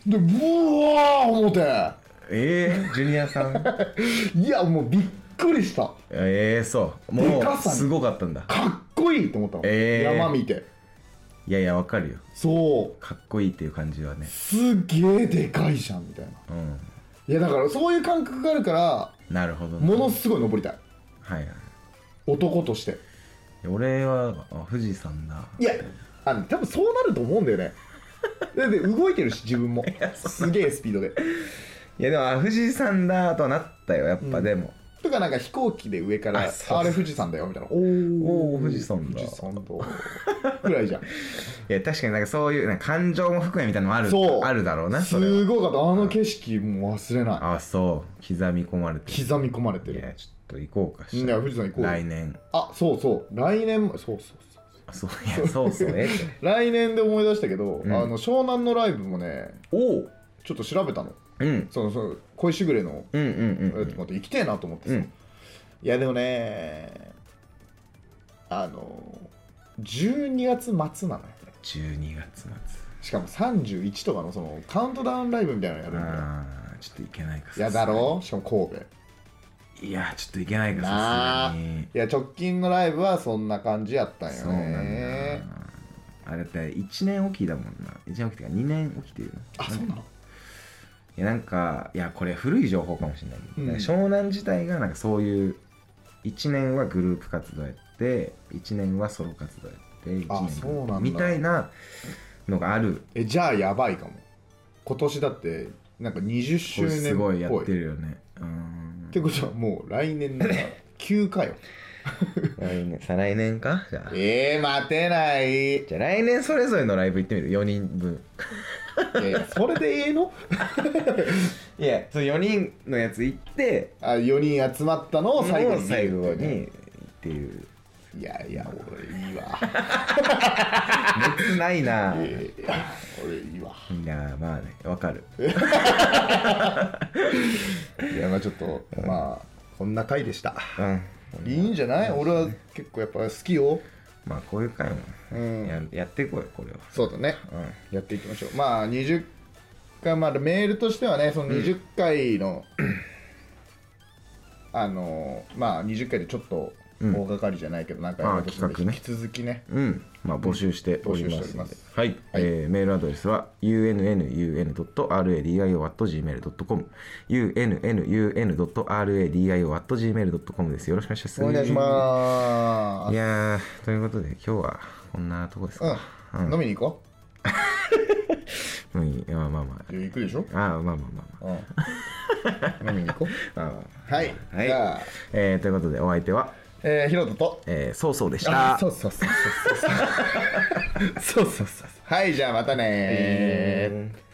S1: でブワー思って
S2: えー、ジュニアさ
S1: んいやもうびっくりした。
S2: ええー、そうもうすごかったんだ。
S1: かっこいいと思ったの、えー、山見て。
S2: いやいやわかるよ。
S1: そう
S2: かっこいいっていう感じはね。
S1: すげえでかいじゃんみたいな、うん、いやだからそういう感覚があるから
S2: なるほど、ね、
S1: ものすごい登りたい。はいはい、男として。
S2: 俺は富士山だ。
S1: いやあの多分そうなると思うんだよねだって動いてるし自分もすげえスピードで。
S2: いやでも富士山だとはなったよやっぱ、うん、でも
S1: とかなんか飛行機で上から あ, あれ富士山だよみたいな。
S2: おお富士山だ
S1: 富士山だぐらいじゃん。い
S2: や確かになんかそういうなんか感情も含めみたいなのもあるあるだろうな。それ
S1: すごかった。あの景色もう忘れない。
S2: あそう刻み込まれて
S1: る刻み込まれてる。
S2: いやちょっと行こうかしら。
S1: いや富士山行こう
S2: 来年。
S1: あそうそう来年そうそう
S2: そうそういやそうそうえ
S1: 来年で思い出したけど、うん、あの湘南のライブもねおちょっと調べたの。うん、そのその恋しぐれのやつも行きてえなと思ってさ、うん、いやでもねあのじゅうにがつ末なのよ。
S2: じゅうにがつ末
S1: しかもさんじゅういちとかのそのカウントダウンライブみたいなのやるんだよ。
S2: あちょっと行けないか。
S1: いやだろしかも神
S2: 戸。いやちょっと行けないかさすがに。
S1: いや直近のライブはそんな感じやったんよね。そう
S2: なんだ。あれだっていちねんおきだもんな。いちねんおきってかにねんおきっていうの。
S1: あそうなの。
S2: いやなんかいやこれ古い情報かもしれないけど、うん、湘南自体がなんかそういういちねんはグループ活動やっていちねんはソロ活動やっていちねんみたいなのがある。
S1: えじゃあやばいかも。今年だってなんかにじゅっしゅうねんっぽい。
S2: すごいやってるよね。うん
S1: ってことはもう来年の急かよ
S2: 来年再来年かじゃあ。
S1: えー待てない。
S2: じゃあ来年それぞれのライブ行ってみるよにんぶん。
S1: いやいやそれでええの
S2: いやそのよにんのやつ行って
S1: あよにん集まったのを最後に
S2: 最後にっていう。
S1: いやいや俺いいわ
S2: 熱ないな。
S1: いやいや俺いいわ。
S2: いやまあねわかる
S1: いやまあちょっと、うん、まあこんな回でした、うん、いいんじゃない、うん、俺は結構やっぱ好きよ。
S2: まあこういう回も、うん、や, やっていこうよこれは。
S1: そうだね、うん、やっていきましょう。まあにじゅっかいまでメールとしてはねそのにじゅっかいの、うん、あのまあにじゅっかいでちょっと大掛かりじゃないけど、なんか
S2: 企画ね、
S1: 引き続きね、
S2: うん、まあ募集しておりますので、
S1: うん、ます
S2: はい、はい、えー、メールアドレスは ユーエヌエヌユーエヌドットアールエーディーアイオーアットジーメールドットコム ユーエヌエヌユーエヌドットアールエーディーアイオーアットジーメールドットコム です。よろしくお願いします。
S1: お願いします。
S2: いやーということで今日はこんなとこですか、
S1: うんうん、飲みに行こう
S2: うん、いやまあまあまあ
S1: 行くでしょ。
S2: ああまあまあまあま
S1: あ、うん、飲みに行こう。
S2: ああ
S1: はい、
S2: はい、
S1: じゃあ、
S2: えー、ということでお相手は
S1: えー、ヒロトと、
S2: えー、そうそうでした。
S1: あ、そうそうそうそうそうそうそうそうそう。はい、じゃあまたねー。
S2: えー